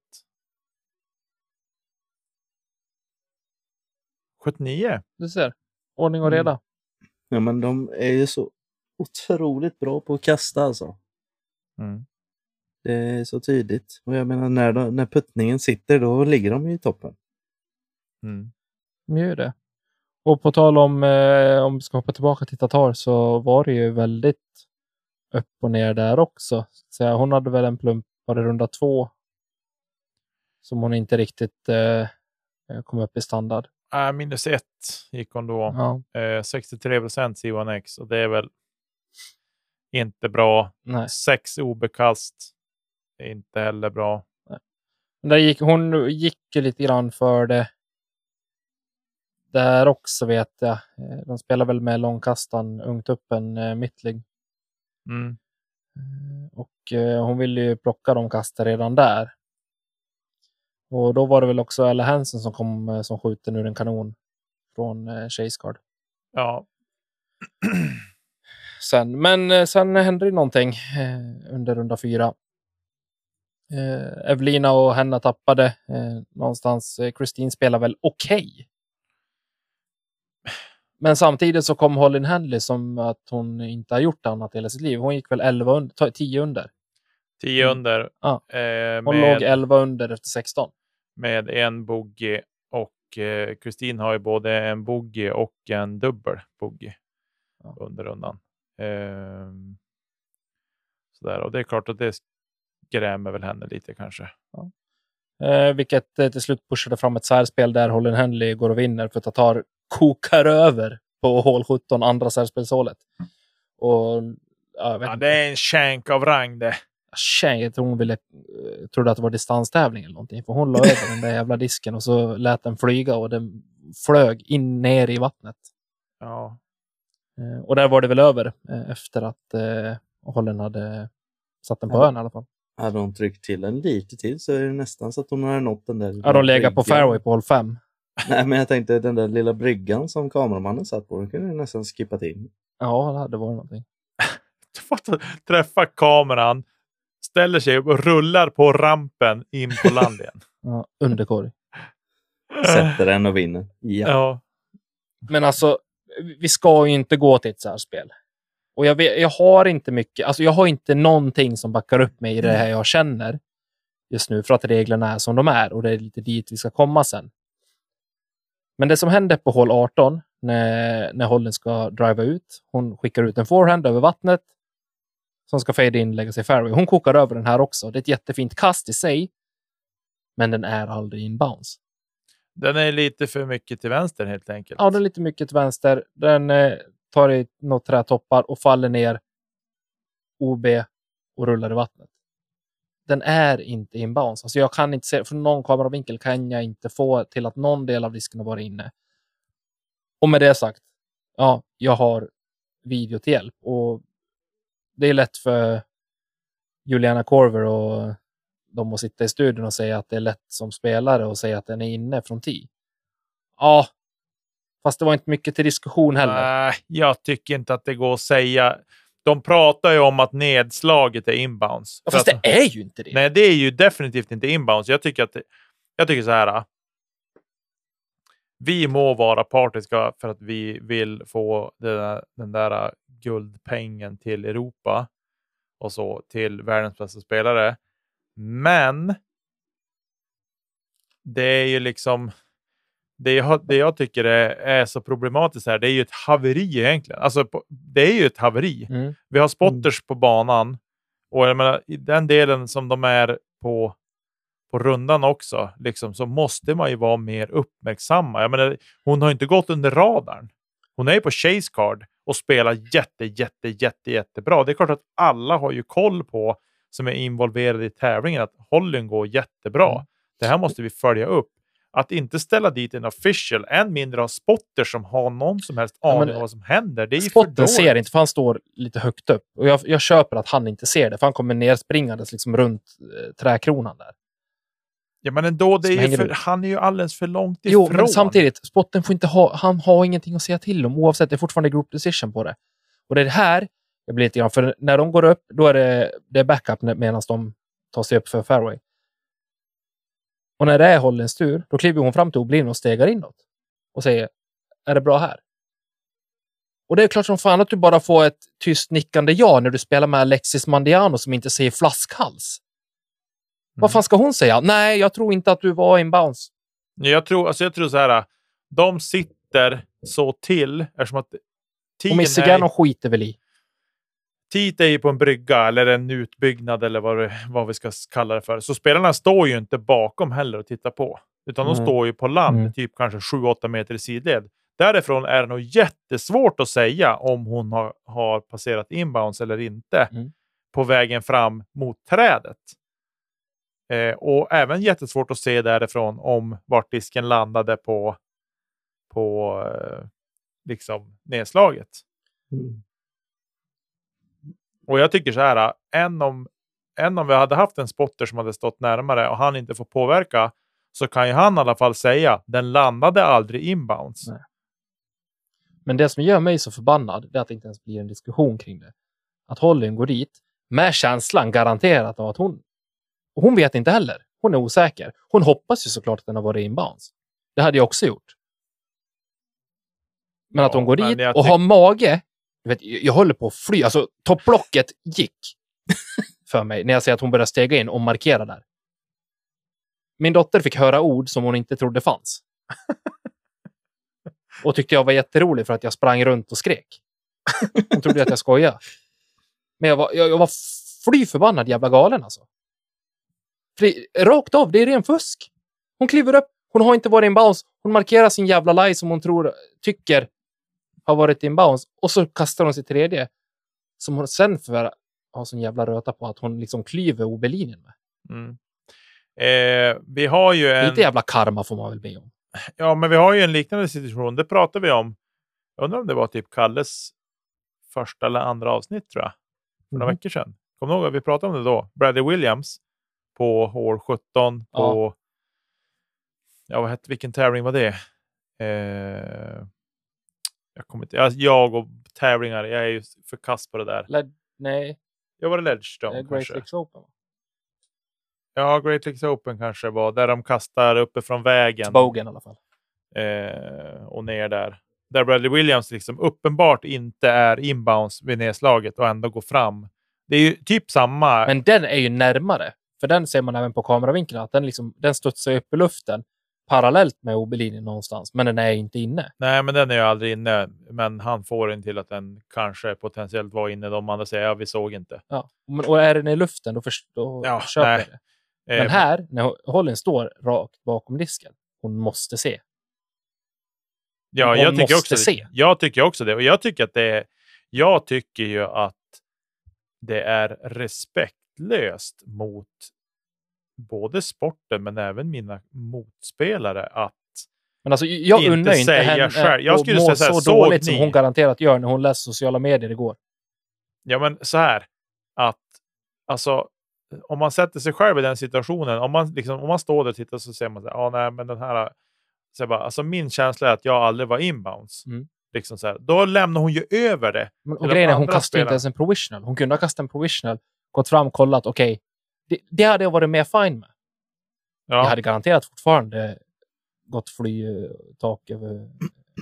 79. Du ser. Ordning och reda. Ja, men de är ju så otroligt bra på att kasta alltså. Mm. Det är så tydligt. Och jag menar, när puttningen sitter, då ligger de ju i toppen. Mm. De gör det. Och på tal om vi ska hoppa tillbaka till Tatar så var det ju väldigt upp och ner där också. Så hon hade väl en plump på runda 2 som hon inte riktigt kom upp i standard. -1 gick hon då. Ja. 63% C1X och det är väl inte bra. Nej. 6 obekast är inte heller bra. Nej. Hon gick ju lite grann för det där också vet jag. De spelar väl med långkastan ungt upp en mittling. Mm. Och hon ville ju plocka de kastar redan där. Och då var det väl också Ella Hansen som kom som skjuter ur en kanon från Chasegard. Ja. Sen hände det någonting under runda 4. Evelina och Henna tappade någonstans. Christine spelar väl okej. Men samtidigt så kom Holly Handley som att hon inte har gjort annat hela sitt liv. Hon gick väl 10 under. 10 under. Ja. Hon låg 11 under efter 16. Med en bogey och Kristin har ju både en bogey och en dubbel bogey under rundan. Sådär. Och det är klart att det skrämmer väl henne lite kanske. Ja. Vilket till slut pushade fram ett särspel där Holly Handley går och vinner för att Tatar kokar över på hål 17 andra särspelshålet. Och det är en shank av rang det. Jag tror hon trodde att det var distanstävling eller någonting. För hon la över den där jävla disken och så lät den flyga och den flög in ner i vattnet. Ja. Och där var det väl över efter att Hollen hade satt den på ön i alla fall. Hade hon tryckt till en lite till så är det nästan så att hon har nått den där. Ja, de lägger på fairway på hål 5. Nej, men jag tänkte den där lilla bryggan som kameramannen satt på, den kunde nästan skippa till. Ja, det hade varit någonting. Träffa kameran, ställer sig och rullar på rampen in på land igen. Ja, underkorg. Sätter den och vinner. Ja. Men alltså, vi ska ju inte gå till ett så här spel. Och jag har inte mycket, alltså jag har inte någonting som backar upp mig i det här jag känner just nu för att reglerna är som de är och det är lite dit vi ska komma sen. Men det som hände på hål 18 när Holden ska driva ut, hon skickar ut en forehand över vattnet som ska fade in, lägga sig i fairway. Hon kokar över den här också. Det är ett jättefint kast i sig, men den är aldrig inbounds. Den är lite för mycket till vänster helt enkelt. Ja, den är lite mycket till vänster. Den tar i några trätoppar och faller ner OB och rullar i vattnet. Den är inte inbounds. Alltså jag kan inte se, från någon kameravinkel kan jag inte få till att någon del av disken har varit inne. Och med det sagt, ja, jag har video till hjälp. Och det är lätt för Juliana Korver och de att sitta i studion och säga att det är lätt som spelare och säga att den är inne från 10. Ja, fast det var inte mycket till diskussion heller. Nej, jag tycker inte att det går att säga. De pratar ju om att nedslaget är inbounds. Ja, fast det är ju inte det. Nej, det är ju definitivt inte inbounds. Jag tycker så här. Vi må vara partiska för att vi vill få den där guldpengen till Europa och så till världens bästa spelare. Men det är ju liksom det jag tycker är så problematiskt här, det är ju ett haveri egentligen. Alltså det är ju ett haveri. Vi har spotters på banan och jag menar, i den delen som de är på rundan också, liksom, så måste man ju vara mer uppmärksamma. Jag menar, hon har inte gått under radarn. Hon är ju på chase card och spelar jättebra. Det är klart att alla har ju koll på, som är involverade i tävlingen, att Holland går jättebra. Det här måste vi följa upp. Att inte ställa dit en official, än mindre ha spotter som har någon som helst aning om vad som händer. Det är ju spotten ser inte, för han står lite högt upp. Och jag köper att han inte ser det, för han kommer nerspringandes liksom runt träkronan där. Ja, men ändå, det är ju han är ju alldeles för långt ifrån. Jo, men samtidigt, spotten får inte han har ingenting att säga till om, oavsett, det är fortfarande group decision på det. Och det är det här, jag blir lite grann, för när de går upp, då är det backup medan de tar sig upp för fairway. Och när det är Hollens tur, då kliver hon fram till Oblin och stegar inåt. Och säger, är det bra här? Och det är klart som fan att du bara får ett tyst nickande ja när du spelar med Alexis Mandiano som inte säger flaskhals. Vad fan ska hon säga? Nej, jag tror inte att du var inbounds. Jag tror så här, de sitter så till, eftersom att och Missigan skiter väl i. Tid är ju på en brygga eller en utbyggnad eller vad vi ska kalla det för. Så spelarna står ju inte bakom heller och tittar på. Utan de står ju på land, typ kanske 7-8 meter i sidled. Därifrån är det nog jättesvårt att säga om hon har passerat inbounds eller inte på vägen fram mot trädet. Och även jättesvårt att se därifrån om vart disken landade på liksom nedslaget. Och jag tycker så här, än om vi hade haft en spotter som hade stått närmare och han inte får påverka, så kan ju han i alla fall säga, den landade aldrig inbounds. Nej. Men det som gör mig så förbannad, det är att det inte ens blir en diskussion kring det. Att Holland går dit med känslan garanterat av att hon vet inte heller. Hon är osäker. Hon hoppas ju såklart att den har varit inbounds. Det hade jag också gjort. Men att hon går dit och har mage. Jag håller på att fly. Alltså toppblocket gick för mig när jag ser att hon börjar stega in och markera där. Min dotter fick höra ord som hon inte trodde fanns. Och tyckte jag var jätterolig för att jag sprang runt och skrek. Hon trodde att jag skojade. Men jag var fly förbannad jävla galen alltså. Rakt av, det är ren fusk. Hon kliver upp, hon har inte varit inbounds. Hon markerar sin jävla lie som hon tycker har varit inbounds. Och så kastar hon sig tredje. Som hon sen får ha sån jävla röta på att hon liksom klyver OB-linjen med. Vi har ju lite jävla karma får man väl be om. Ja, men vi har ju en liknande situation. Det pratar vi om. Jag undrar om det var typ Kalles första eller andra avsnitt, tror jag. För några veckor sedan. Kommer du ihåg att vi pratade om det då? Bradley Williams på hål 17 på vilken tävling var det? Jag kommer inte. Jag och tävlingar, jag är ju för kast på det där. Nej. Jag var det Ledgestone Great Lakes Open. Ja, Great Lakes Open kanske var där de kastar uppifrån vägen. Bogen i alla fall. Och ner där. Där Bradley Williams liksom uppenbart inte är inbounds vid nedslaget och ändå går fram. Det är ju typ samma. Men den är ju närmare. För den ser man även på kameravinkeln att den studsar upp i luften parallellt med OB-linjen någonstans. Men den är inte inne. Nej, men den är ju aldrig inne. Men han får den till att den kanske potentiellt var inne. De andra säger, vi såg inte. Ja, och är den i luften då köper jag det. Men här, när Holland står rakt bakom disken, hon måste se. Ja, Hon jag tycker måste också se. Jag tycker också det. Och jag tycker ju att det är respektlöst mot både sporten men även mina motspelare att Men alltså, jag inte undrar inte säga henne själv. Jag skulle att må säga så här, så dåligt såg som hon garanterat gör när hon läser sociala medier igår. Ja, men så här att alltså om man sätter sig själv i den situationen, om man står där och tittar så ser man så här, nej men den här så bara, alltså min känsla är att jag aldrig var inbounds. Liksom så här, då lämnar hon ju över det. Och grejen är, hon kastade inte ens en provisional. Hon kunde ha kastat en provisional, gått fram och kollat, okej, det hade jag varit mer fine med. Ja. Jag hade garanterat fortfarande gått tak över...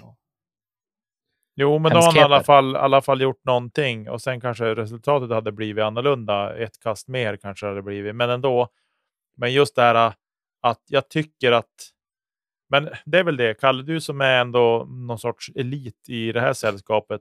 Jo, men då har han i alla fall gjort någonting. Och sen kanske resultatet hade blivit annorlunda. Ett kast mer kanske hade blivit. Men ändå. Men just det här att jag tycker att... Men det är väl det. Kalle, du som är ändå någon sorts elit i det här sällskapet.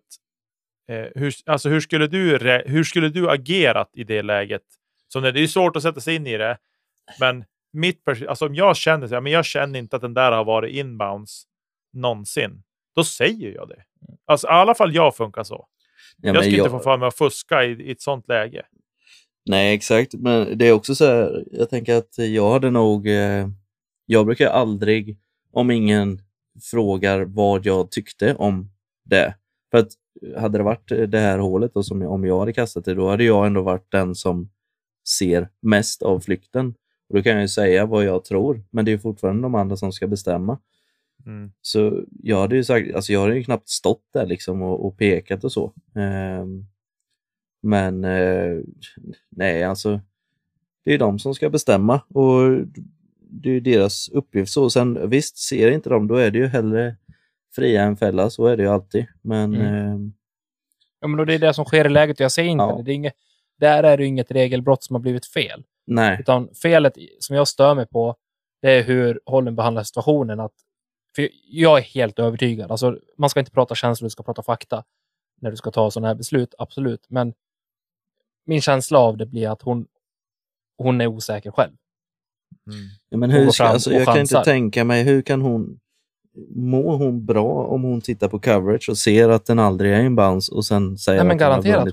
Hur skulle du agerat i det läget? Så det är ju svårt att sätta sig in i det. Men om jag känner inte att den där har varit inbounds någonsin. Då säger jag det. Alltså i alla fall jag funkar så. Ja, jag skulle inte få för mig att fuska i ett sånt läge. Nej, exakt. Men det är också så här, jag tänker att jag hade nog... jag brukar aldrig, om ingen frågar vad jag tyckte om det. För att hade det varit det här hålet, och om jag hade kastat det, då hade jag ändå varit den som ser mest av flykten. Och då kan jag ju säga vad jag tror, men det är fortfarande de andra som ska bestämma. Så jag hade ju sagt, alltså jag hade ju knappt stått där liksom och pekat och så. Men nej, alltså det är de som ska bestämma och det är deras uppgift. Så sen visst, ser inte de, då är det ju hellre fria än fälla, så är det ju alltid. Men ja, men då det är det som sker i läget, jag säger inte det. Där är det inget regelbrott som har blivit fel. Nej. Utan felet som jag stör mig på, det är hur Holden behandlar situationen. För jag är helt övertygad. Alltså, man ska inte prata känslor, du ska prata fakta när du ska ta sådana här beslut, absolut. Men min känsla av det blir att hon är osäker själv. Ja, men jag kan inte tänka mig, hur kan hon mår hon bra om hon tittar på coverage och ser att den aldrig är inbounds och sen säger men garanterat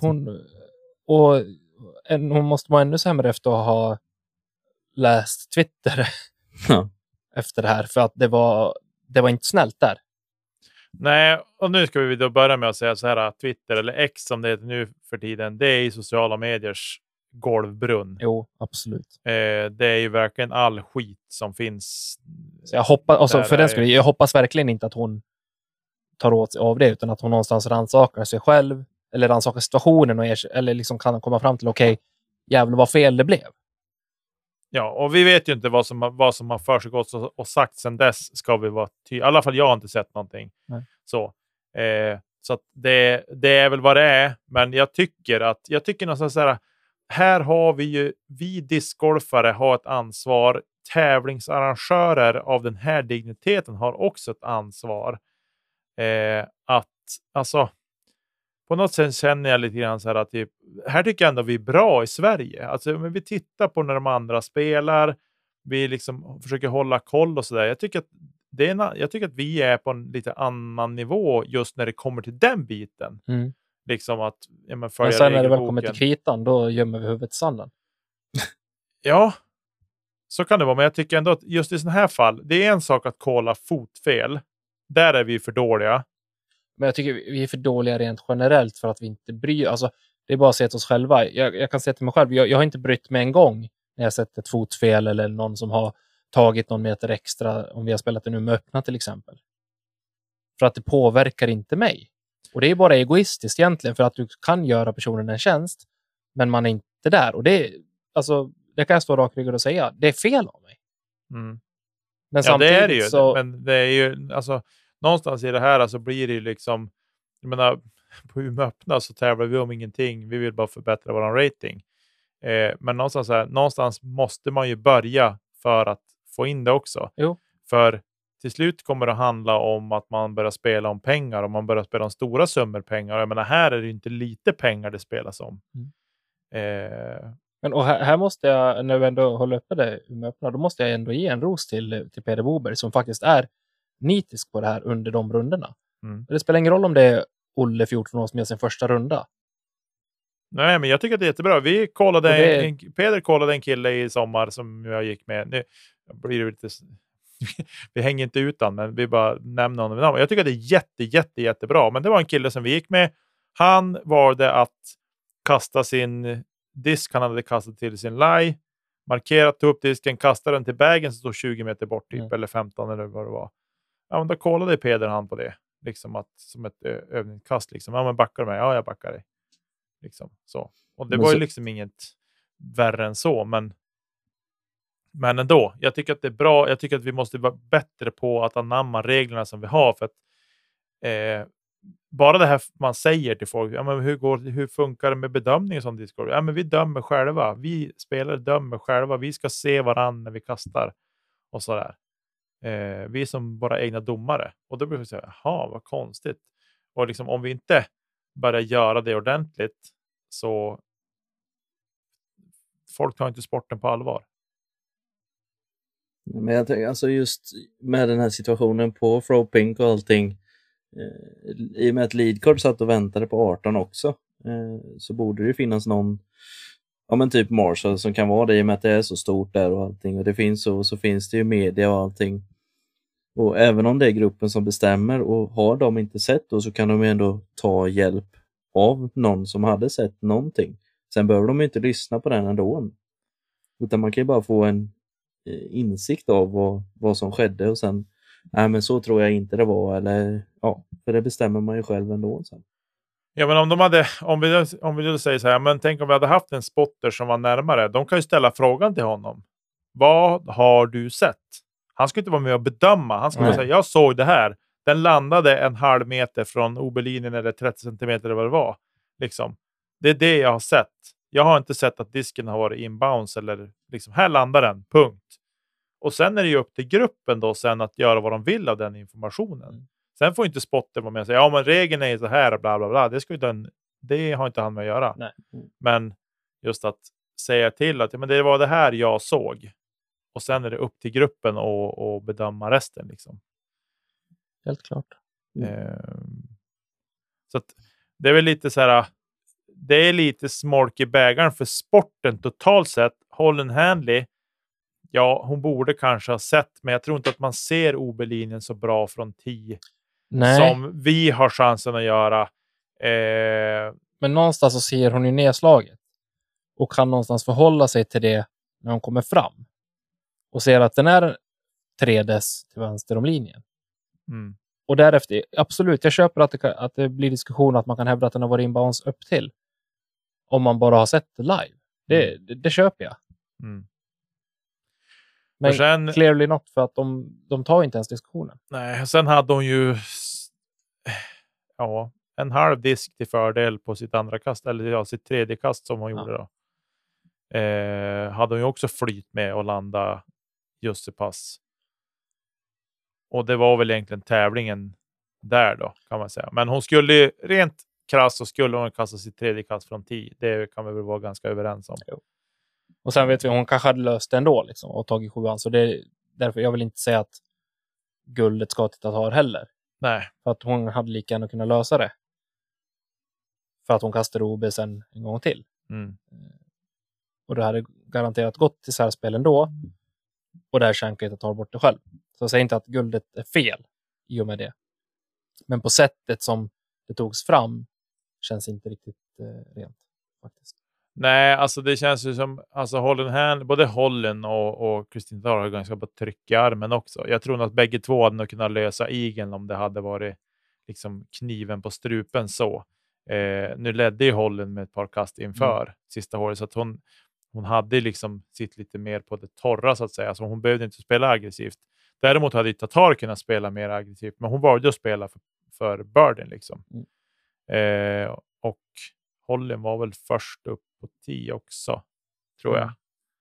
hon måste vara ännu sämre efter att ha läst Twitter efter det här, för att det var inte snällt där. Nej, och nu ska vi då börja med att säga så här att Twitter, eller X som det heter nu för tiden, det är i sociala mediers golvbrunn. Jo, absolut. Det är ju verkligen all skit som finns. Så jag hoppas, jag hoppas verkligen inte att hon tar åt sig av det, utan att hon någonstans rannsakar sig själv eller rannsakar situationen eller liksom kan komma fram till okej, jävlar vad fel det blev. Ja, och vi vet ju inte vad som har försiggått och sagt sedan dess, ska vi vara i alla fall jag har inte sett någonting. Nej. Så att det är väl vad det är, men jag tycker någonstans så här har vi discgolfare har ett ansvar, tävlingsarrangörer av den här digniteten har också ett ansvar att alltså på något sätt känner jag lite grann så här att här tycker jag ändå vi är bra i Sverige. Alltså, men vi tittar på när de andra spelar. Vi liksom försöker hålla koll och sådär. Jag tycker att vi är på en lite annan nivå just när det kommer till den biten. Liksom att följa men sen när det väl kommer till kritan, då gömmer vi huvudet i sanden. Ja, så kan det vara. Men jag tycker ändå att just i sådana här fall, det är en sak att kolla fotfel. Där är vi för dåliga. Men jag tycker vi är för dåliga rent generellt för att vi inte bryr. Alltså, det är bara att se till oss själva. Jag kan se till mig själv. Jag har inte brytt mig en gång när jag sett ett fotfel eller någon som har tagit någon meter extra om vi har spelat det nu med öppna till exempel. För att det påverkar inte mig. Och det är bara egoistiskt egentligen, för att du kan göra personen en tjänst, men man är inte där. Och det kan jag stå rakryggad och säga. Det är fel av mig. Men ja, det är det ju. Men det är ju, alltså, någonstans i det här alltså, blir det ju liksom, jag menar, på Umeå öppna så tävlar vi om ingenting. Vi vill bara förbättra vår rating. Men någonstans måste man ju börja för att få in det också. Jo. För till slut kommer det handla om att man börjar spela om pengar och man börjar spela om stora summor pengar. Jag menar, här är det inte lite pengar det spelas om. Men och här måste jag, när vi ändå håller uppe det med öppna, då måste jag ändå ge en ros till Peder Boberg som faktiskt är nitisk på det här under de rundorna. Det spelar ingen roll om det är Olle 14 år som gör sin första runda. Nej, men jag tycker att det är jättebra. Vi kollade Peder kollade en kille i sommar som jag gick med. Nu blir det lite... vi hänger inte utan, men vi bara nämner honom vid namn. Jag tycker att det är jättebra. Men det var en kille som vi gick med. Han valde att kasta sin disk. Han hade kastat till sin lie. Markerat, tog upp disken, kastade den till bagen som stod 20 meter bort typ, eller 15 eller vad det var. Ja, men då kollade Peder han på det. Liksom att, som ett övningskast. Liksom. Ja, men backar du mig? Ja, jag backar dig. Liksom, så. Och det var ju liksom inget värre än så, men ändå, jag tycker att det är bra. Jag tycker att vi måste vara bättre på att anamma reglerna som vi har, för att bara det här man säger till folk, ja, men hur funkar det med bedömning som Discord? Ja, men vi dömer själva. Vi spelare dömer själva. Vi ska se varandra när vi kastar och sådär. Vi är som våra egna domare. Och då brukar vi säga, jaha, vad konstigt. Och liksom, om vi inte börjar göra det ordentligt, så folk tar inte sporten på allvar. Men jag tänker alltså just med den här situationen på Throw Pink och allting, i och med att Leadcard satt och väntade på 18 också, så borde det finnas någon, ja men typ Marshall som kan vara det, i och med att det är så stort där och allting, och det finns så finns det ju media och allting. Och även om det är gruppen som bestämmer, och har de inte sett då, så kan de ändå ta hjälp av någon som hade sett någonting. Sen behöver de inte lyssna på den ändå. Utan man kan ju bara få en insikt av vad som skedde, och sen, nej men så tror jag inte det var, eller ja, för det bestämmer man ju själv ändå sen. Ja, men om vi säger så här, men tänk om vi hade haft en spotter som var närmare, de kan ju ställa frågan till honom. Vad har du sett? Han ska inte vara med och bedöma. Han ska bara säga, jag såg det här. Den landade en halv meter från OB-linjen eller 30 centimeter eller vad det var. Liksom. Det är det jag har sett. Jag har inte sett att disken har varit inbounds eller liksom, här landar den, punkt. Och sen är det ju upp till gruppen då sen att göra vad de vill av den informationen. Sen får inte spotter vara med och säga, ja men regeln är så här, bla bla bla. Det har inte han med att göra. Nej. Men just att säga till att, ja, men det var det här jag såg. Och sen är det upp till gruppen och bedöma resten. Liksom. Helt klart. Så att det är väl lite så här, det är lite smolk i bägaren för sporten totalt sett. Holden Handley, ja, hon borde kanske ha sett, men jag tror inte att man ser OB-linjen så bra från 10 som vi har chansen att göra. Men någonstans så ser hon ju nedslaget och kan någonstans förhålla sig till det när hon kommer fram och ser att den är 3 dess till vänster om linjen. Och därefter, absolut, jag köper att det blir diskussion att man kan hävda att den har varit inbounds upp till om man bara har sett det live. Det köper jag. Men sen, clearly not, för att de tar inte ens diskussionen. Nej, sen hade hon ju en halv disk till fördel på sitt andra kast, eller sitt tredje kast som hon gjorde då. Hade hon ju också flyt med och landa just så pass. Och det var väl egentligen tävlingen där då, kan man säga. Men hon skulle, rent krass, så skulle hon kasta sitt tredje kast från 10. Det kan vi väl vara ganska överens om. Jo. Och sen vet vi, hon kanske hade löst det ändå liksom, och tagit 7an. Så det är därför jag vill inte säga att guldet ska till Tatar heller. Nej. För att hon hade lika gärna kunnat lösa det. För att hon kastade OB sen en gång till. Och det hade garanterat gått till särspel ändå. Och där Shanka inte tar bort det själv. Så jag säger inte att guldet är fel i och med det. Men på sättet som det togs fram känns inte riktigt rent faktiskt. Nej, alltså det känns ju som, alltså både Hollen och Kristin Thar har ganska bra tryck i armen också. Jag tror nog att bägge två hade nog kunnat lösa igen om det hade varit liksom kniven på strupen så. Nu ledde ju Hollen med ett par kast inför sista hålet, så att hon hade liksom sitt lite mer på det torra så att säga. Så hon behövde inte spela aggressivt. Däremot hade Tatar kunnat spela mer aggressivt, men hon valde att spela för birden liksom. Och Hollen var väl först upp på 10 också, tror jag.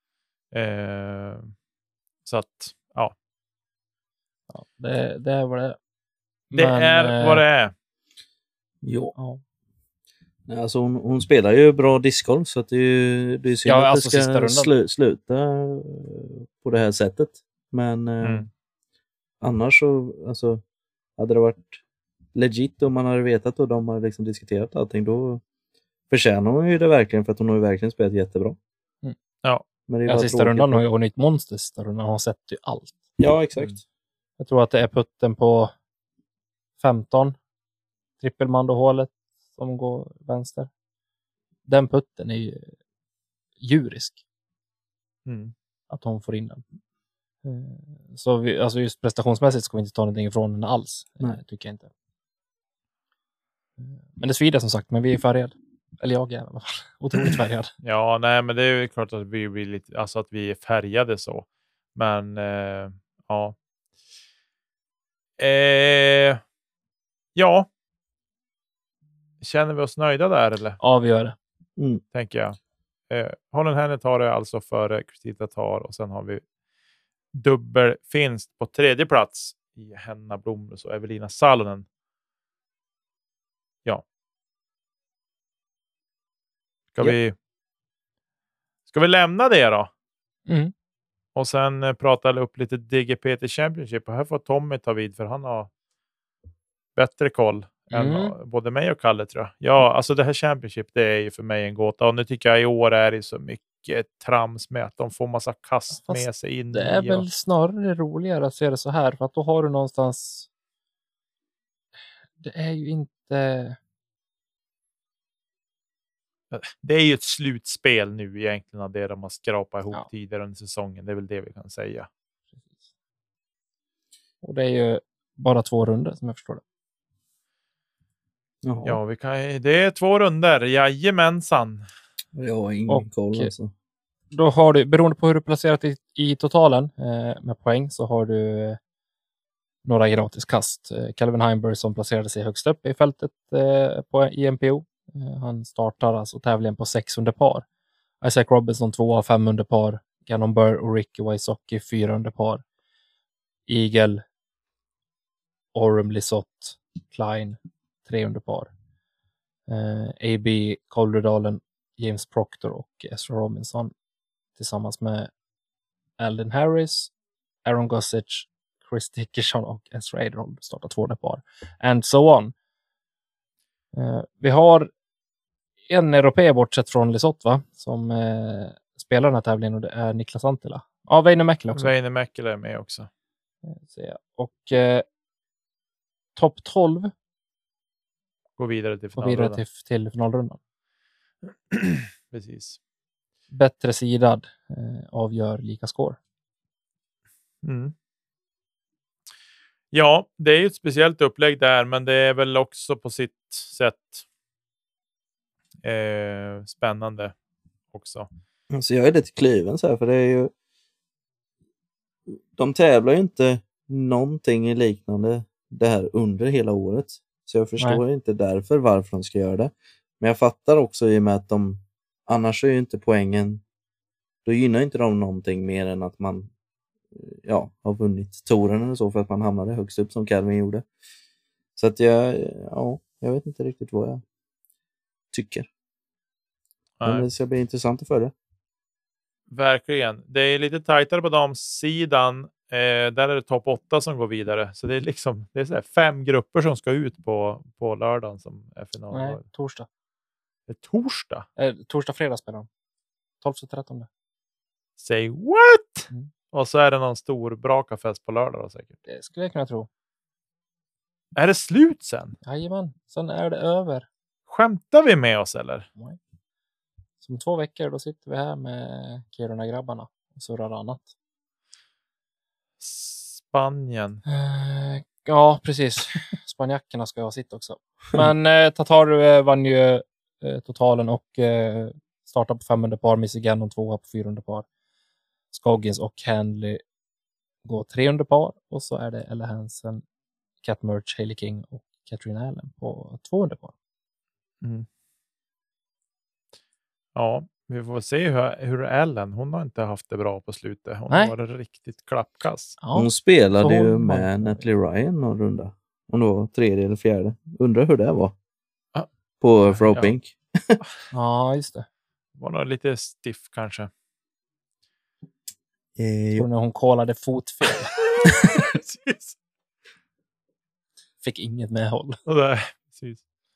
Så att, ja. Det är vad det är. Det är vad det är. Jo. Ja. Alltså hon spelar ju bra discgolf så att det är synd att alltså sista det ska rundan. sluta på det här sättet. Men annars så alltså, hade det varit legit om man hade vetat och de hade liksom diskuterat allting, då förtjänar hon ju det verkligen, för att hon har ju verkligen spelat jättebra. Ja. Men det är Ja, bara sista tråkigt rundan att- har ju hon ett monster sista rundan. Hon sett ju allt. Ja, exakt. Jag tror att det är putten på 15. Trippelmando-hålet som går vänster. Den putten är ju djurisk. Att hon får in den. Så alltså just prestationsmässigt ska vi inte ta någonting ifrån den alls. Tycker jag inte. Men det svider som sagt, men vi är färgade. Eller jag är i alla fall otroligt färgad. Ja, nej, men det är ju klart att vi blir lite, alltså att vi är färgade så. Men ja. Ja. Känner vi oss nöjda där eller? Ja, vi gör det. Tänker jag. Holland Henry tar det alltså före Kristina Tatar, och sen har vi dubbelfinst på tredje plats i Henna Blomros och Evelina Salonen. Ja. Ska vi lämna det då? Och sen prata upp lite DGPT Championship, och här får Tommy ta vid, för han har bättre koll än både mig och Kalle, tror jag. Ja, alltså det här Championship, det är ju för mig en gåta, och nu tycker jag i år är det så mycket trams med att de får massa kast med sig in. Det är väl snarare roligare att se det så här, för att då har du någonstans, det är ju inte, det är ju ett slutspel nu egentligen av det de har skrapat ihop tidigare under säsongen. Det är väl det vi kan säga. Precis. Och det är ju bara 2 runder som jag förstår det. Jaha. Ja, det är 2 runder. Jajamensan. Jag har ingen koll alltså. Då har du, beroende på hur du placerat i totalen med poäng, så har du några gratis kast. Calvin Heimberg som placerade sig högst upp i fältet på IMPO. Han startar alltså tävlingen på 6 under par. Isaac Robinson 2 av 5 under par. Gannon Burr och Ricky Wysocki 4 under par. Eagle, Orum, Lisotte, Klein 3 under par. AB, Colderdalen, James Proctor och Ezra Robinson tillsammans med Alden Harris, Aaron Gossage, Chris Dickerson och Ezra Aderhold startar 2 under par. And so on. Vi har en europé bortsett från Lisotte, va? Som spelar den här tävlingen, och det är Niklas Antila. Ja, Väinö Mäkelä också. Väinö Mäkelä är med också. Och topp 12 går vidare till finalrundan. Precis. Bättre sidad avgör lika score. Ja, det är ju ett speciellt upplägg där, men det är väl också på sitt sätt spännande också. Så jag är lite kliven så här, för det är ju, de tävlar ju inte någonting liknande det här under hela året. Så jag förstår inte därför varför de ska göra det. Men jag fattar också i och med att de, annars är ju inte poängen, då gynnar inte de någonting mer än att man har vunnit touren eller så, för att man hamnade högst upp som Calvin gjorde. Så att jag vet inte riktigt vad jag tycker. Men det ska bli intressant att följa. Verkligen. Det är lite tajtare på damsidan. Där är det topp 8 som går vidare. Så det är liksom, det är så här 5 grupper som ska ut på lördagen som är final. Nej, torsdag. Det är torsdag? Torsdag, fredag spelar de. 12-13. Say what? Och så är det någon stor brakafest på lördag då, säkert. Det skulle jag kunna tro. Är det slut sen? Jajamän, sen är det över. Skämtar vi med oss eller? Nej. Som 2 veckor då sitter vi här med Kiruna-grabbarna och surrar annat. Spanien. Ja, precis. Spanjackerna ska ha sitt också. Men Tatar vann ju totalen och startar på 500 par. Missy Gannon 2 på 400 par. Scoggins och Handley går 300 par. Och så är det Ella Hansen, Kat Murch, Hailey King och Katrin Allen på 200 par. Ja, vi får se hur Ellen, hon har inte haft det bra på slutet. Hon har varit riktigt klappkass. Ja. Hon spelade ju med Natalie Ryan någon runda. Hon var 3:e eller 4:e. Undrar hur det var. på Throw-Pink. Ja, just det. Var nog lite stiff kanske. Tror när hon kollade fotfel. Precis. Fick inget medhåll. Precis.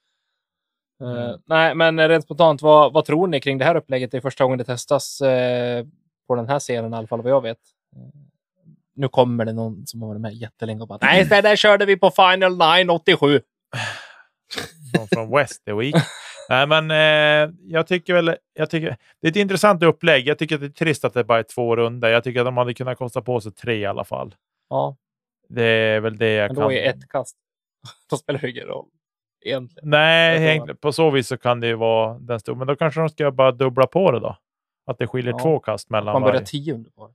Nej, men rent spontant, vad tror ni kring det här upplägget? Det är första gången det testas på den här serien i alla fall vad jag vet. Nu kommer det någon som har varit med jättelänge och bara nej, det där körde vi på Final 9 87. Från West the Week. Nej, men jag tycker det är ett intressant upplägg. Jag tycker att det är trist att det bara är 2 runder. Jag tycker att de hade kunnat kosta på sig 3 i alla fall. Ja. Det är väl det jag men kan. då är ett kast. Då spelar det ingen roll. Egentligen. Nej, på så vis så kan det ju vara den stor. Men då kanske de ska bara dubbla på det då. Att det skiljer 2 kast mellan man börjar varje. 10 under på.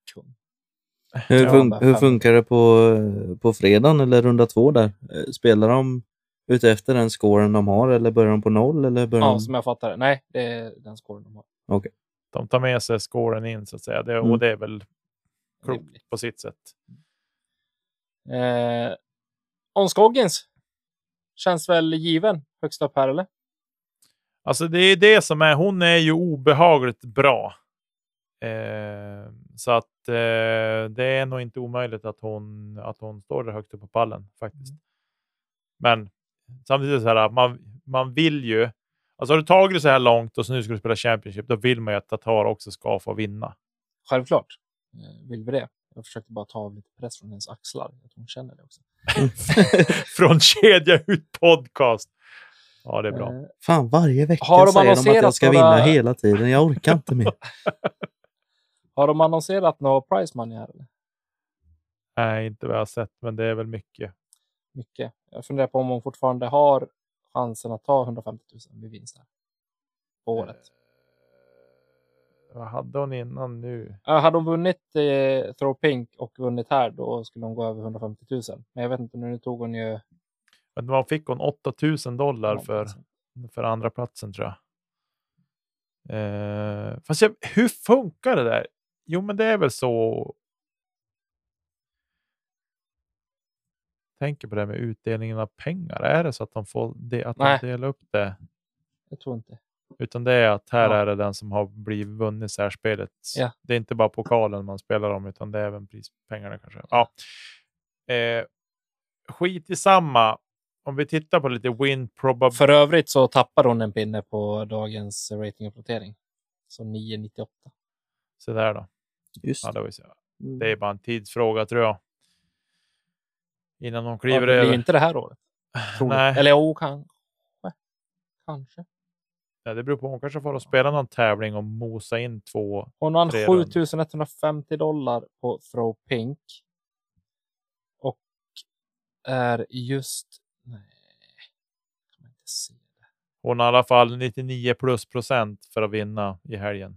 Hur funkar det på fredagen eller runda 2 där? Spelar de ute efter den scoren de har eller börjar de på 0? Eller börjar de... som jag fattar det. Nej, det är den scoren de har. Okay. De tar med sig scoren in så att säga. Och det är väl klokt på sitt sätt. Onskoggins känns väl given högst upp här, eller? Alltså det är det som är, hon är ju obehagligt bra. Så att det är nog inte omöjligt att hon står där högt upp på pallen faktiskt. Men samtidigt är det så här, man vill ju, alltså har du tagit det så här långt och så nu ska du spela Championship, då vill man ju att Tatar också ska få vinna. Självklart vill vi det. Jag försökte bara ta av lite press från hennes axlar. Jag tror hon känner det också. Från kedja ut podcast. Ja, det är bra. Fan, varje vecka har de säger de att jag ska vinna hela tiden. Jag orkar inte mer. Har de annonserat några prize money här? Eller? Nej, inte vad jag har sett, men det är väl mycket. Mycket. Jag funderar på om hon fortfarande har chansen att ta 150 000 vid vinst här. På året. Vad hade hon innan nu? Hade hon vunnit Throw Pink och vunnit här, då skulle hon gå över 150 000. Men jag vet inte, nu tog hon ju... Men vad fick hon? $8,000 för andra platsen tror jag. Fast hur funkar det där? Jo, men det är väl så... Tänker på det med utdelningen av pengar. Är det så att de får de delar upp det? Jag tror inte. Utan det är att här är det den som har blivit vunnit särspelet. Ja. Det är inte bara pokalen man spelar om, utan det är även prispengarna kanske. Ja. Skit i samma. Om vi tittar på lite win probability. För övrigt så tappar hon en pinne på dagens ratinguppdatering. Så 9,98. Så där då. Just det är bara en tidsfråga tror jag. Innan de kliver det över. blir inte det här året. Nej. Eller kanske. Ja, det beror på. Hon kanske får att spela någon tävling och mosa in 2. Hon vann $7,150 på Throw Pink. Och är just... Nej. Kan man inte se det. Hon har i alla fall 99+% för att vinna i helgen.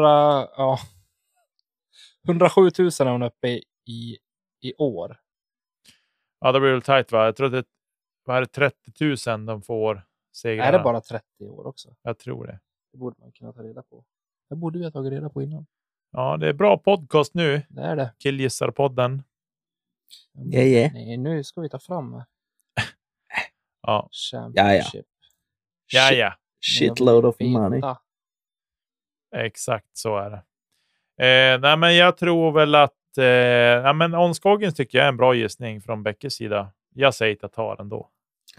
107 000 är hon uppe i år. Ja, det blir väl tajt va? Jag tror att det är 30 000 de får segrarna. Är det bara 30 år också? Jag tror det. Det borde man kunna ta reda på. Det borde vi ha tagit reda på innan. Ja, det är bra podcast nu. Det är det. Killgissarpodden. Nej, nu ska vi ta fram ja. Championship. Ja. Shitload of money. Exakt så är det. Nej, men jag tror väl att men Onskoggins tycker jag är en bra gissning från Beckes sida. Jag säger Tatar ändå.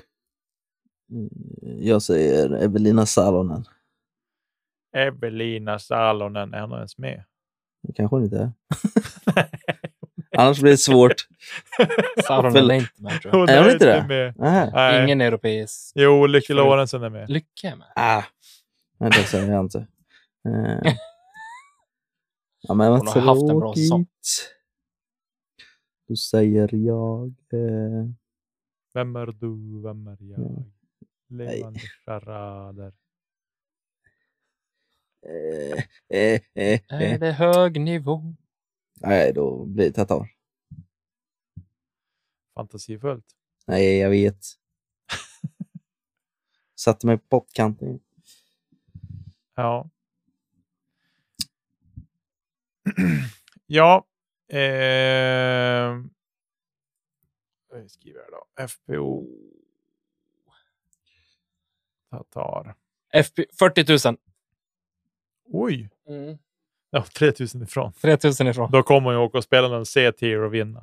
Jag säger Evelina Salonen. Evelina Salonen, är hon ens med? Det kanske hon inte är. Annars blir det svårt. Salonen är inte med, tror jag. Är hon inte det? Med. Ingen europeisk. Jo, Lykke Lorentzen är med. Lycka är med. Nej, det säger jag inte. Ja, men hon har haft en bra säsong. Då säger jag... Vem är du? Vem är jag? Levande charader. Är det hög nivå? Nej, då blir det Tatar. Fantasifullt. Nej, jag vet. Satte mig på pottkanten. Ja. Ja. Vad skriver jag då? FPO. Tatar. FP 40 000. Oj! Mm. Ja, 3 000 ifrån. 3 000 ifrån. Då kommer man ju åka och spela någon C-tier och vinna.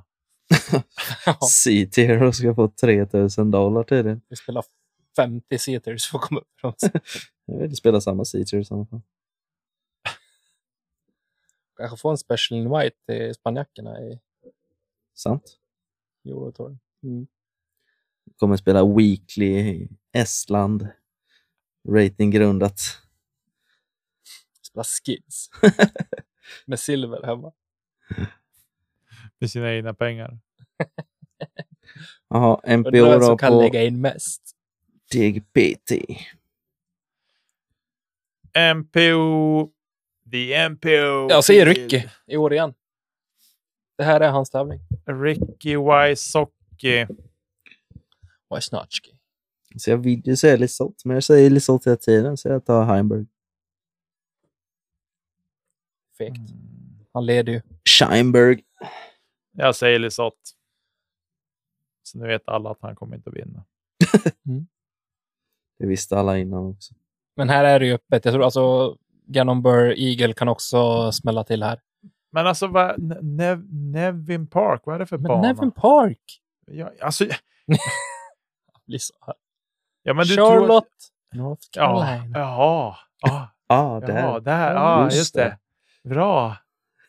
C-tier ska få $3,000 till det. Vi spelar 50 seaters för att komma upp. Jag vill spela samma C-tier i samma fall. Kanske få en special invite till spanjackerna i Sant. Eurotour. Kommer spela weekly i Estland. Ratinggrundat. Spela skins. Med silver hemma. Med sina egna pengar. Jaha, Och MPO den då som kan på lägga in mest. DGPT. MPO. The MPO. Jag säger Ricky i år igen. Det här är hans tävling. Ricky Wysocki. Wysnotski. Så jag vill ju säga Lisotte, men jag säger Lisotte hela tiden, så jag tar Heimberg. Fegt. Han leder ju. Scheinberg. Jag säger Lisotte. Så nu vet alla att han kommer inte att vinna. Det visste alla innan också. Men här är det ju öppet. Jag tror alltså Gannon Burr Eagle kan också smälla till här. Men alltså, Nevin Park, vad är det för Men bana? Nevin Park. Ja, alltså, Blir så här. ja, men du Charlotte. tror North att... Ja, Carolina. jaha. Där. Där. Ja, Just just det. Bra.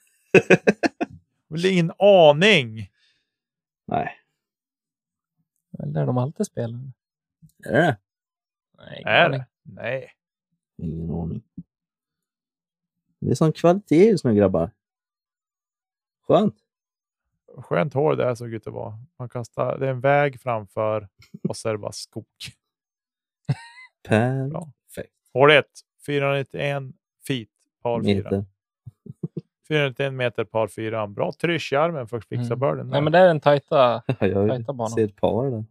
Väl ingen aning. Nej. Väl där de alltid spelar. Är det? Nej, Är det? Nej. Ingen aning. Det är sån kvalitet just nu, grabbar. Skönt. Skönt hår det här såg ut att vara. Man kastar, det är en väg framför och så är det bara skog. Perfekt. Håret 491 feet par 4. Meter. 491 meter par 4. Bra trysch i armen för att fixa börden. Nej, men det är en tajta Jag banan. ser ett par där.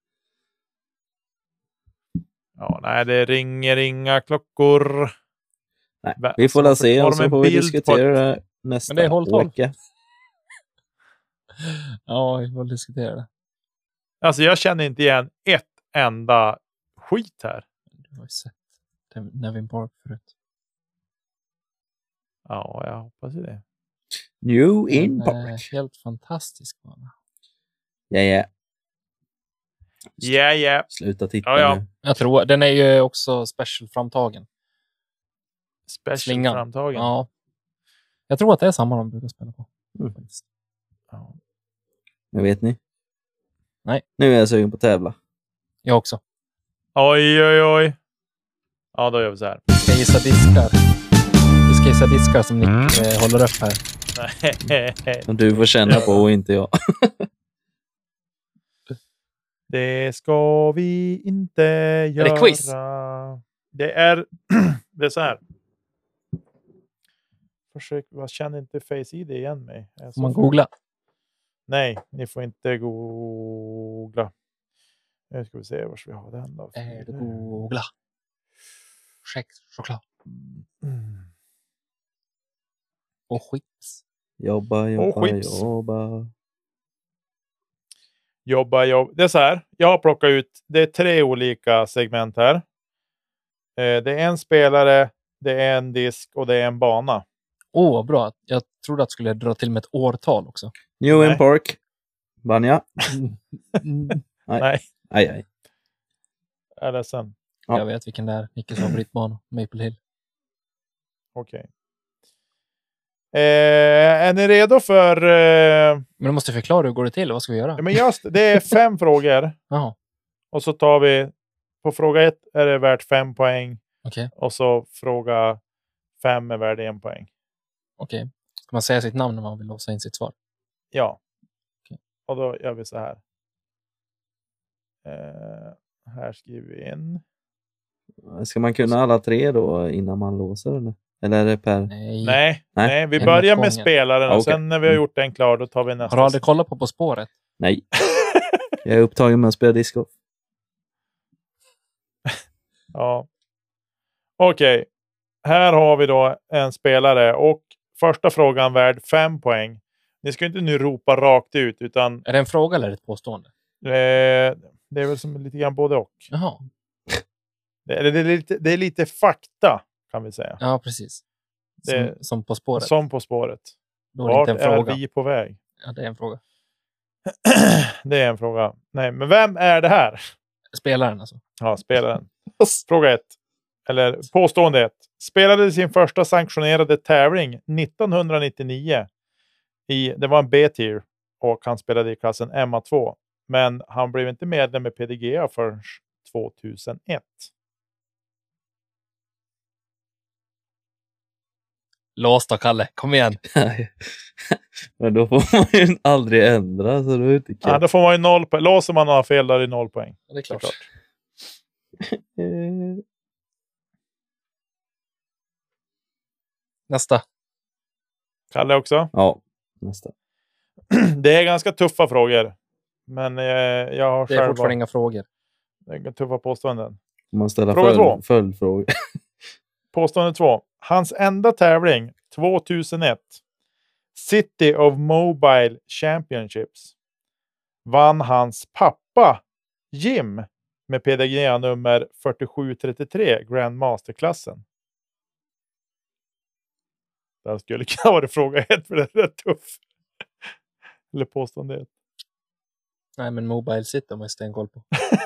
Ja, nej, det ringer inga klockor. Nej, vi får la se har och de så en får vi bild diskutera det nästa Men det är håll 12. vecka. Ja, vi får diskutera det. Alltså jag känner inte igen ett enda skit här. Du har ju sett Nevin Park förut. Ja, jag hoppas ju det. New in En, Park. helt fantastisk bana. Ja. Ja. Sluta titta Ja. nu. Jag tror den är ju också special framtagen. Special Slingan. framtagen. Ja. Jag tror att det är samma de brukar spela på. Faktiskt. Ja. Men vet ni? Nej. Nu är jag sugen på att tävla. Jag också. Oj. Ja, då gör vi så här. Vi ska gissa diskar. Vi ska gissa diskar som Nick håller upp här. Nej. Som du får känna på och inte jag. Det ska vi inte göra. det quiz? Det är så här. Försök, jag känner inte Face ID igen mig. Får man googla? Nej, ni får inte googla. Nu ska vi se var vi har den då. Googla. Choklad. Och chips. Jobba. Det är så här. Jag har plockat ut. Det är 3 olika segment här. Det är en spelare, det är en disk och det är en bana. Åh, bra. Jag trodde att du skulle dra till med ett årtal också. New in Park. Banja. Nej. Aj. Jag är ledsen. Ja. Jag vet vilken det är. Nickes favoritbana. Maple Hill. Okej. Är ni redo för... Men du måste förklara hur går det till. Vad ska vi göra? Ja, men det är 5 frågor. Jaha. Och så tar vi... På fråga 1 är det värt 5 poäng. Okej. Och så fråga 5 är värd 1 poäng. Okej. Ska man säga sitt namn när man vill låsa in sitt svar? Ja. Okej. Och då gör vi så här. Här skriver vi in. Ska man kunna alla 3 då innan man låser den? Eller är det per... Nej, vi En börjar åt med gången. spelaren och Okej. sen när vi har gjort den klar då tar vi nästa. Har du aldrig kollat På spåret? Nej. Jag är upptagen med att spela disco. Ja. Okej. Här har vi då en spelare och första frågan värd 5 poäng. Ni ska inte nu ropa rakt ut utan Är det en fråga eller ett påstående? det är väl som lite grann både och. Jaha. Det är lite fakta, kan vi säga. Ja, precis. Som På spåret. Som På spåret. Då är det Vart inte en fråga. är vi på väg? Ja, det är en fråga. Det är en fråga. Nej, men vem är det här? Spelaren alltså. Ja, spelaren. Fråga 1. Eller påstående 1. Spelade sin första sanktionerade tävling 1999. Det var en B-tier. Och han spelade i klassen MA2. Men han blev inte medlem med PDGA förrän 2001. Lås då, Kalle. Kom igen. Men då får man ju aldrig ändra, så det är inte kul. Ja, då får man ju 0 poäng. Låser man har fel, där är 0 poäng. Ja, det är klart. Nästa. Kalle också? Ja, nästa. Det är ganska tuffa frågor. Men jag har Det är fortfarande inga frågor. Det är tuffa påståenden. Man ställer Fråga 2. följdfrågor. Påstående 2. Hans enda tävling 2001. City of Mobile Championships. Vann hans pappa Jim med PDGA nummer 4733 Grandmaster-klassen. Det skulle kunna vara fråga 1, för det är rätt tuff. Eller påstående 1. Nej, men Mobile City har man ju stenkoll på.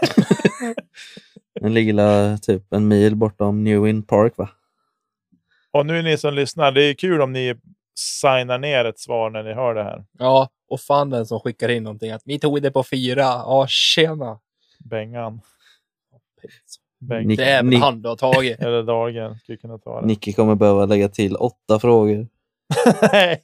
Den ligger typ en mil bortom New Inn Park, va? Och nu är ni som lyssnar, det är kul om ni signar ner ett svar när ni hör det här. Ja, och fan den som skickar in någonting. Att vi tog det på 4. Ja, tjena. Bengan. Det är väl han du har tagit. Eller Dagen skulle kunna ta det. Nicky kommer behöva lägga till 8 frågor. nej.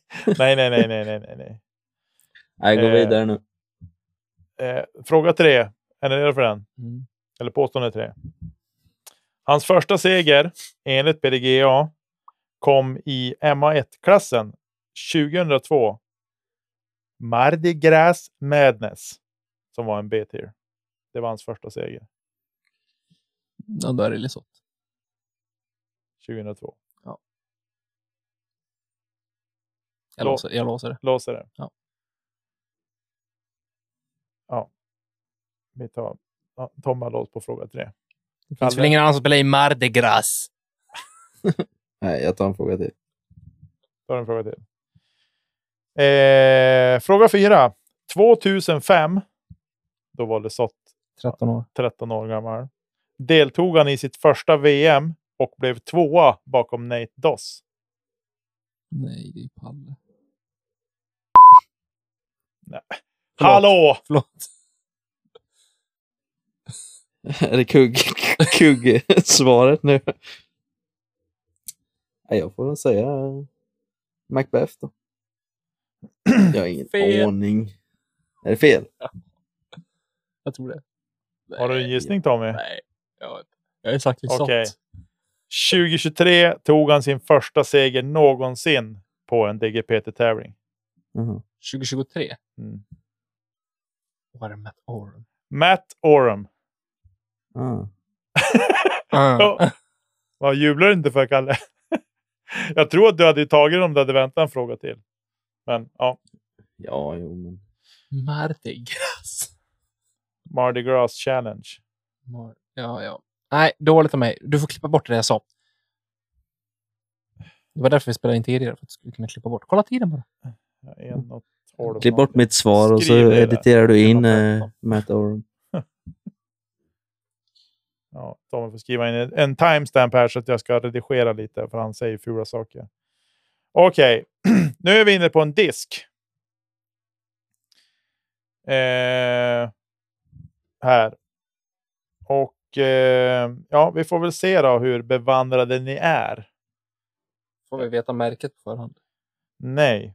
Jag går vidare nu. Fråga 3. Är ni redo för den? Eller påstående 3. Hans första seger enligt PDGA kom i MA1-klassen 2002. Mardi Gras Madness, som var en B-tier. Det var hans första seger. Ja, då är det Lesot. 2002. Ja. Jag låser det. Låser det. Ja. Ja. Vi tar Tom har lås på fråga 3. Det finns väl ingen annan som spelar i Mardi Gras? Nej, jag tar en fråga till. Tar en fråga till. Fråga 4. 2005. Då var Lesot 13 år gammal. Deltog han i sitt första VM och blev 2 bakom Nate Doss. Nej, det är Palle. Nej. Hallå! Förlåt. Är det kugg-svaret nu? Nej, jag får väl säga Macbeth då. Jag har ingen aning. Är det fel? Ja. Jag tror det. Har du en gissning, Tommy? Nej, jag har sagt Lesot. Okej. 2023 tog han sin första seger någonsin på en DGPT-tävling. 2023? Var det Matt Oram? Matt Oram. Vad jublar du inte för, Kalle? Jag tror att du hade tagit dem om du hade väntat en fråga till. Men ja. Ja, jo, men... Mardi Gras Challenge. Ja. Nej, dåligt av mig. Du får klippa bort det jag sa. Det var därför vi spelade in tidigare. För att du skulle kunna klippa bort. Kolla tiden bara. Klipp bort mitt svar och så editerar du in Matt Oram. Ja, Tommy får skriva in en timestamp här så att jag ska redigera lite, för han säger fula saker. Okej. Nu är vi inne på en disk. Här. Och ja, vi får väl se då hur bevandrade ni är. Får vi veta märket på förhand? Nej.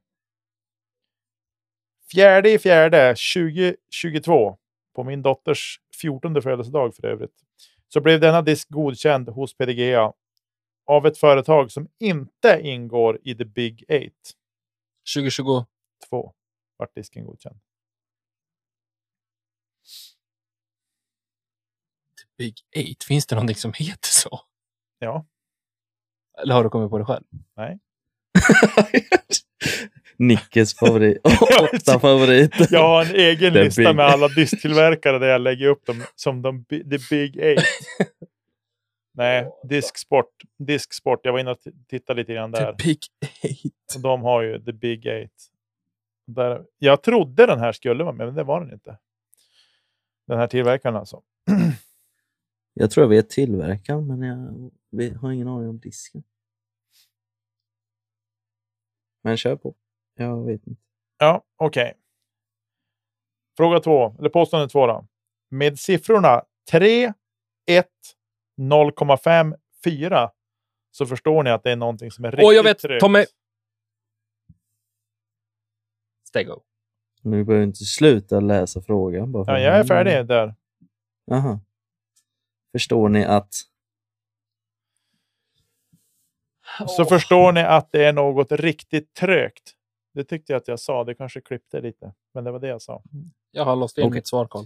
4/4/2022, på min dotters 14:e födelsedag för övrigt, så blev denna disk godkänd hos PDGA av ett företag som inte ingår i The Big 8. 2022 vart disken godkänd. The Big 8? Finns det någonting som heter så? Ja. Eller har du kommit på det själv? Nej. Nickes favorit. 8 favoriter. Jag har en egen lista med alla disktillverkare där jag lägger upp dem som The Big 8. Nej, Disksport. Jag var inne och tittade lite grann där. The Big 8. Och de har ju The Big 8. Där, jag trodde den här skulle vara med, men det var den inte. Den här tillverkaren alltså. Jag tror jag vet tillverkaren, men jag har ingen aning om disken. Men kör på. Jag vet inte. Ja, okej. Fråga 2, eller påstående 2 då. Med siffrorna 3, 1, 0,5, 4 så förstår ni att det är någonting som är riktigt jag vet, trögt. Tommy. Stego. Nu behöver inte sluta läsa frågan. Bara för Ja, jag är färdig där. Aha. Förstår ni att... Så förstår ni att det är något riktigt trögt. Det tyckte jag att jag sa. Det kanske klippte lite. Men det var det jag sa. Jag har låst in mitt svar, Carl.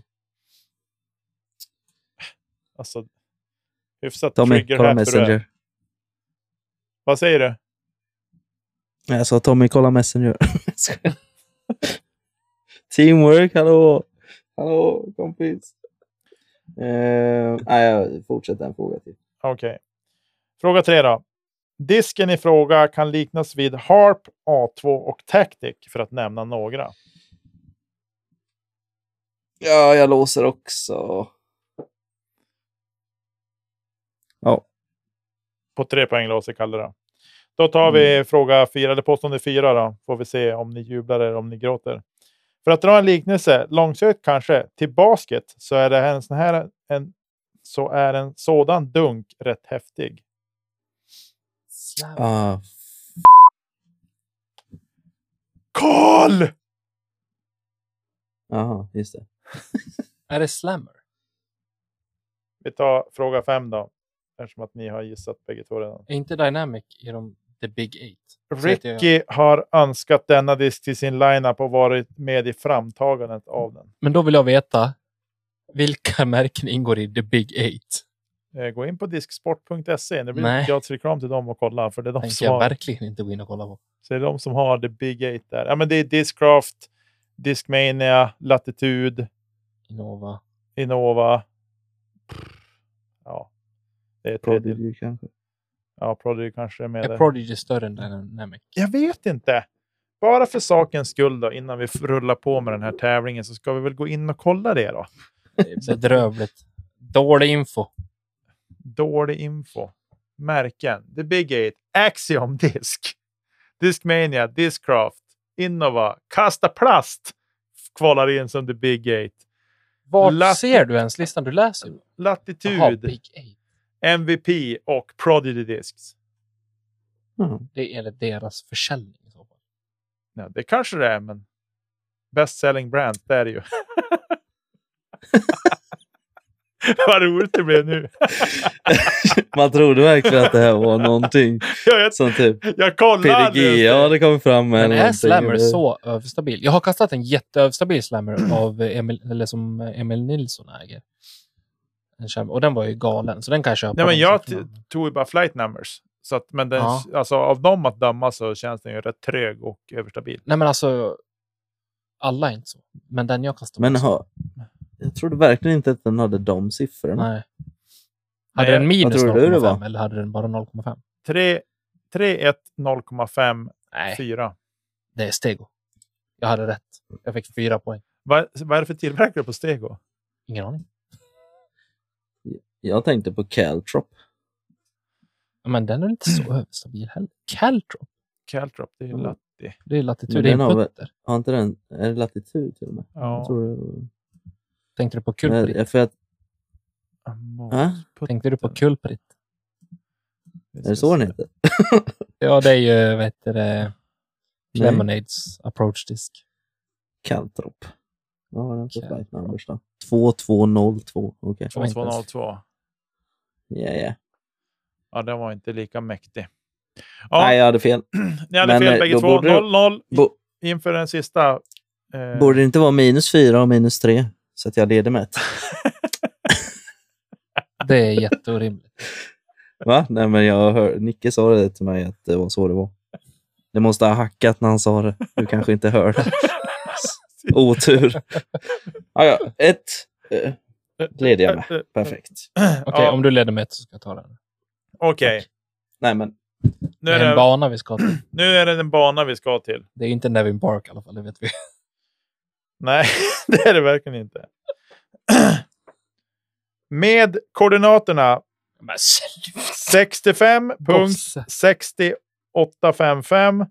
Alltså, hyfsat Tommy, trigger kolla happy du är. Messenger. Vad säger du? Jag sa Tommy, kolla Messenger. Teamwork, hallå. Hallå, kompis. Jag fortsätter en fråga till. Okej. Fråga 3 då. Disken i fråga kan liknas vid Harp, A2 och Tactic för att nämna några. Ja, jag låser också. Ja. På 3 poäng låser Kalle då. Då tar vi fråga 4, eller påstående 4 då. Får vi se om ni jublar eller om ni gråter. För att dra en liknelse, långsökt kanske, till basket så är det en sådan dunk rätt häftig. Carl! Jaha, just det. Är det slammer? Vi tar fråga 5 då. Eftersom att ni har gissat bägge två redan. Är inte Dynamic i The Big 8? Ricky har önskat denna disk till sin lineup och varit med i framtagandet av den. Men då vill jag veta vilka märken ingår i The Big 8? Gå in på disksport.se. Det blir Nej. gratis reklam till dem och kolla. För det är de Tänker som jag har, verkligen inte gå in och kolla på. så är det de som har The Big 8 där. Ja, men det är Discraft, Discmania, Latitude, Innova. Ja. Det är Prodigy kanske. Ja, Prodigy kanske är med Är där. Prodigy större än Dynamic? Jag vet inte. Bara för sakens skull då, innan vi rullar på med den här tävlingen så ska vi väl gå in och kolla det då. Bedrövligt. Dålig info. Dålig info. Märken. The Big 8. Axiom Disk. Discmania. Discraft. Innova. Kasta Plast. Kvalar in som The Big 8. Var ser du ens listan du läser? Latitude. Jaha, Big 8. MVP och Prodigy Discs. Det är enligt deras försäljning i så fall. Ja, det kanske det är, men best selling brand, det är det ju. Vad roligt det blev nu. Man trodde verkligen att det här var någonting som typ jag kollade PDG, ja det kommer fram med. Men är Slammer så överstabil? Jag har kastat en jätteöverstabil Slammer av Emil Nilsson äger. Och den var ju galen, så den kan jag köpa. Nej, men jag tog ju bara flight numbers. Så att, men den, alltså, av dem att döma så känns den ju rätt trög och överstabil. Nej men alltså, alla är inte så. Men den jag kastade. Men jag trodde verkligen inte att den hade de siffrorna. Nej. Hade den minus 0,5 eller hade den bara 0,5? 3, 1, 0,5, 4. Det är Stego. Jag hade rätt. Jag fick 4 poäng. Vad är det för tillverkare på Stego? Ingen aning. Jag tänkte på Caltrop. Men den är inte så överstabil heller. Caltrop, det är Latti. Det är Latitude, det är putter. Har inte den, är det Latitude till och med? Ja. Tänkte du på Kulprit? Tänkte du på Kulprit? Är det så den heter? Ja, det är ju, vad heter det, Lemonades approach disk. Caltrop. Vad har den för flight numbers då? 2202. Okej. 2202. Ja. Ja, den var inte lika mäktig. Ja. Nej, jag hade fel. Ni hade fel bägge två. 0-0 inför den sista. Borde det inte vara -4 och -3 så att jag leder med ett? Det är jätteorimligt. Va? Nej, men jag hörde Nicke sa det till mig att det var så det var. Det måste ha hackat när han sa det. Du kanske inte hörde. Otur. Ja, ett leder jag med. Perfekt. Okej, om du leder med ett så ska jag ta den. Okej. Nej, men Nu Det är en bana vi ska till. Nu är det en bana vi ska till. Det är inte Nevin Park i alla fall, det vet vi. Nej, det är det verkligen inte. Med koordinaterna Men 65.6855,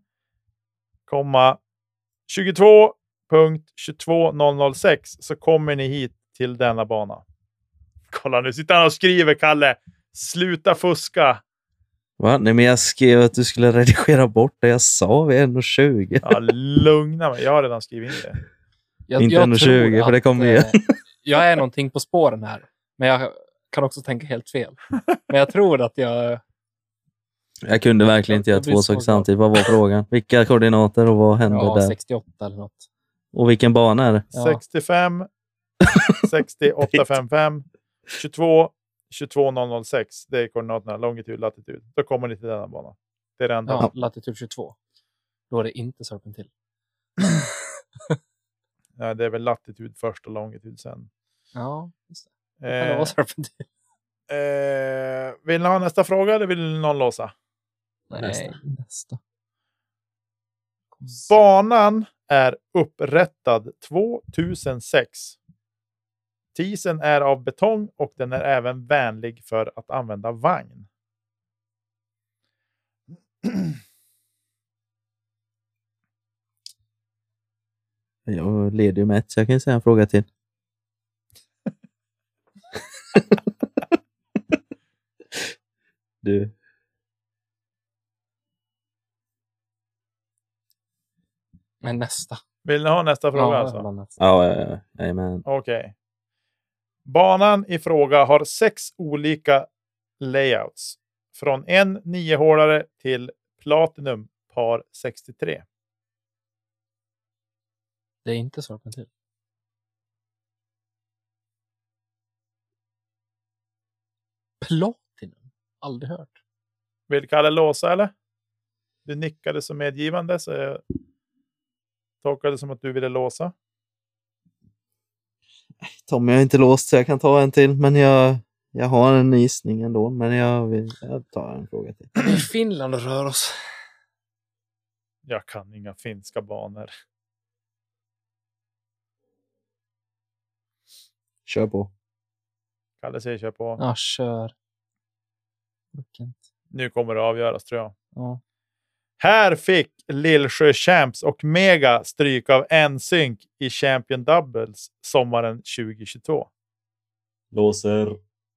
22.22006 så kommer ni hit till denna bana. Kolla, nu sitter han och skriver, Kalle. Sluta fuska. va? Nej, men jag skrev att du skulle redigera bort det jag sa vid 1:20. Ja, lugna mig. Jag har redan skrivit in det. Inte 1:20, för det kommer igen. Jag är någonting på spåren här. Men jag kan också tänka helt fel. Men jag tror att jag... Jag kunde verkligen inte göra två saker samtidigt. Vad var frågan? Vilka koordinater och vad hände Ja, där? 68 eller något. Och vilken bana är det? Ja. 65, 6855, 22, 22006. Det är koordinaterna, longitud, latitud. Då kommer ni till denna bana. Det är det enda. Ja, latitud 22. Då är det inte Serpentil. Nej, det är väl latitud först och longitud sen. Ja, just det. Det kan vara Serpentil. Vill ni ha nästa fråga eller vill någon låsa? Nej, nästa. Banan är upprättad 2006. Tisen är av betong och den är även vänlig för att använda vagn. Jag leder ju med ett, så jag kan säga en fråga till. Du. Men nästa. Vill ni ha nästa fråga Ja, alltså? nästa. Ja, men Okej. Banan i fråga har 6 olika layouts. Från en 9-hålare till Platinum par 63. Det är inte Serpentil. Platinum? Aldrig hört. Vill Kalle låsa eller? Du nickade som medgivande så jag tolkade som att du ville låsa. Tommy, jag har inte låst så jag kan ta en till, men jag har en gissning ändå, men jag tar en fråga till. Det är Finland och rör oss. Jag kan inga finska banor. Kör på. Kalle säger kör på. Ja, kör. Nu kommer det avgöras tror jag. Ja. Här fick Lillsjö Champs och Mega stryk av NSYNC i Champion Doubles sommaren 2022. Låser.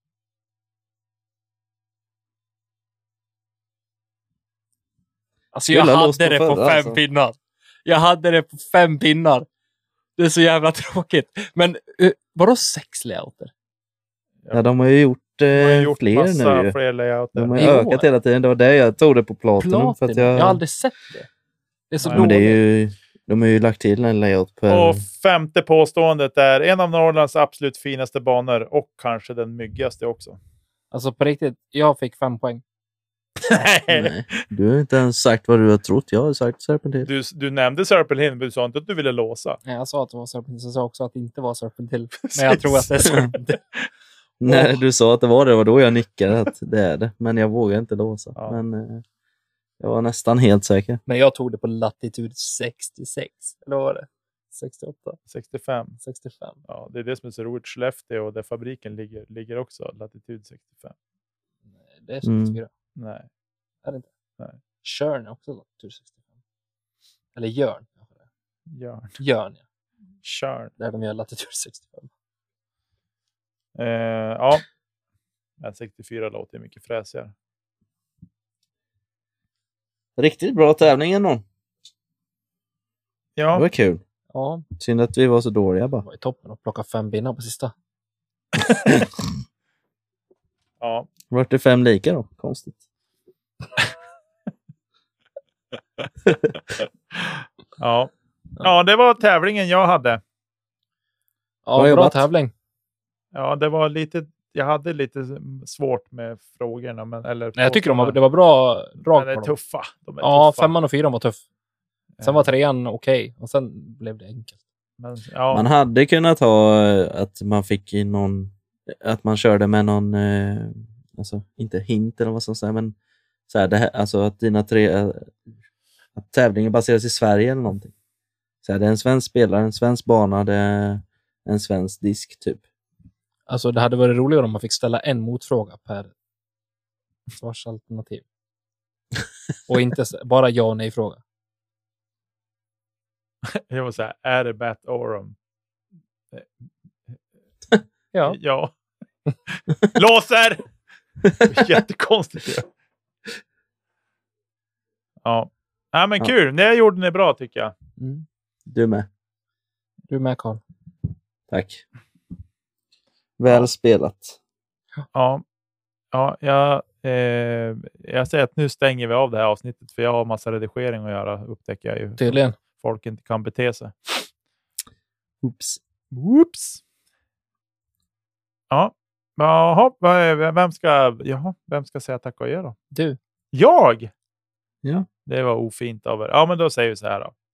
Alltså jag hade det på 5 pinnar. Jag hade det på 5 pinnar. Det är så jävla tråkigt. Men vadå 6 layouter? Ja, de har ju gjort, fler massa nu. Fler layouter. De har ju ökat hela tiden. Det var det jag tog det på Platinum. För att jag har aldrig sett det. Det är så men det är ju, de har ju lagt till en layout på... Och femte påståendet är en av Norrlands absolut finaste banor och kanske den myggigaste också. Alltså på riktigt, jag fick 5 poäng. Nej, du har inte ens sagt vad du har trott. Jag har sagt Serpentil. Du nämnde Serpentil, men du sa inte att du ville låsa. Nej, jag sa att det var Serpentil. Så jag sa också att det inte var Serpentil. Men jag tror att det är Serpentil. Nej, du sa att det var då jag nickade att det är det. Men jag vågar inte låsa. Ja. Men jag var nästan helt säker. Men jag tog det på latitud 66. Eller vad var det? 68? 65. 65. Ja, det är det som är så roligt. Skellefteå och där fabriken ligger också. Latitud 65. Nej, det är 64. Nej. Är det inte? Nej. Tjörn är också latitud 65. Eller Jörn. Jörn. Jörn, ja. Tjörn. Där de gör latitud 65. Ja. Men 64 låter mycket fräsigare. Riktigt bra tävling ändå. Ja. Det var kul. Ja, Synd att vi var så dåliga det bara. var i toppen att plocka 5 pinnar på sista. Ja. Vart det 5 lika då? Konstigt. Ja. Ja, det var tävlingen jag hade. Ja, Bra bra jobbat. tävling. Ja, det var lite... Jag hade lite svårt med frågorna. Men, eller Nej, jag tycker det var bra drag de är på dem. tuffa. De är Ja, tuffa. 5:an och 4:an var tuff. Sen var 3:an okej. Och sen blev det enkelt. Men, ja. Man hade kunnat ha att man fick i någon... Att man körde med någon alltså inte hint eller vad som säger, men så här, det här, alltså att dina att tävlingen baseras i Sverige eller någonting. Så här, det är en svensk spelare, en svensk bana, det är en svensk disk typ. Alltså det hade varit roligare om man fick ställa en motfråga per svarsalternativ. Och inte bara ja och nej fråga. Jag vill säga, är det Bat Oram? Ja. Ja. Låser! Jättekonstigt. Ja. Ja, men kul. Det gjorde ni bra tycker jag. Mm. Du med. Du med, Carl. Tack. Väl spelat. Ja. Ja, jag säger att nu stänger vi av det här avsnittet för jag har massa redigering att göra, upptäcker jag ju. Tydligen. Folk inte kan bete sig. Oops. Ja. Jaha, vem ska säga tack och adjö då? Du. Jag? Ja. Det var ofint av er. Ja, men då säger vi så här då.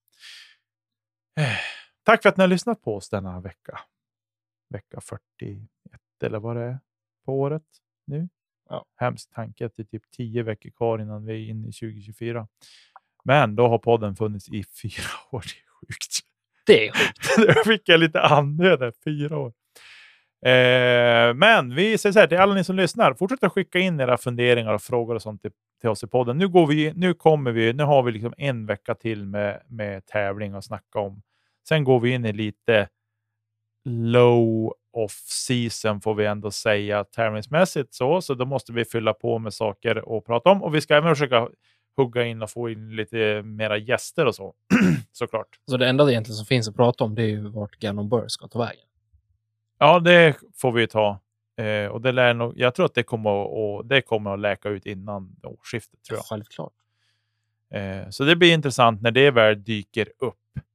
Tack för att ni har lyssnat på oss denna vecka. Vecka 41 eller vad det är på året nu. Ja, hemskt tanke att det är typ 10 veckor kvar innan vi är inne i 2024. Men då har podden funnits i 4 år. Det är sjukt. Det är sjukt. Då fick jag lite andöd 4 år. Men vi säger så här till alla ni som lyssnar. Fortsätt att skicka in era funderingar och frågor och sånt till oss i podden. Nu har vi liksom en vecka till med tävling och snacka om. Sen går vi in i lite low off season får vi ändå säga tävlingsmässigt så då måste vi fylla på med saker att prata om och vi ska även försöka hugga in och få in lite mera gäster och så såklart. Så det enda egentligen som finns att prata om det är ju vart Ganon Burr ska ta vägen. Ja, det får vi ta. Och det lär nog, jag tror att det kommer att läka ut innan årsskiftet tror jag. Självklart. Så det blir intressant när det väl dyker upp.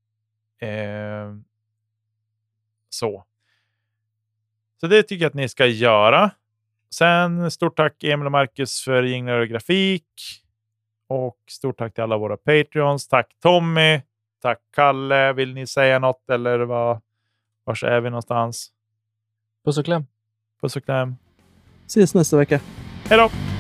Så det tycker jag att ni ska göra. Sen stort tack Emil och Marcus för jinglar och grafik. Och stort tack till alla våra Patreons. Tack Tommy. Tack Kalle. Vill ni säga något eller vars är vi någonstans? Puss och kläm. Puss och kläm. Ses nästa vecka. Hej då!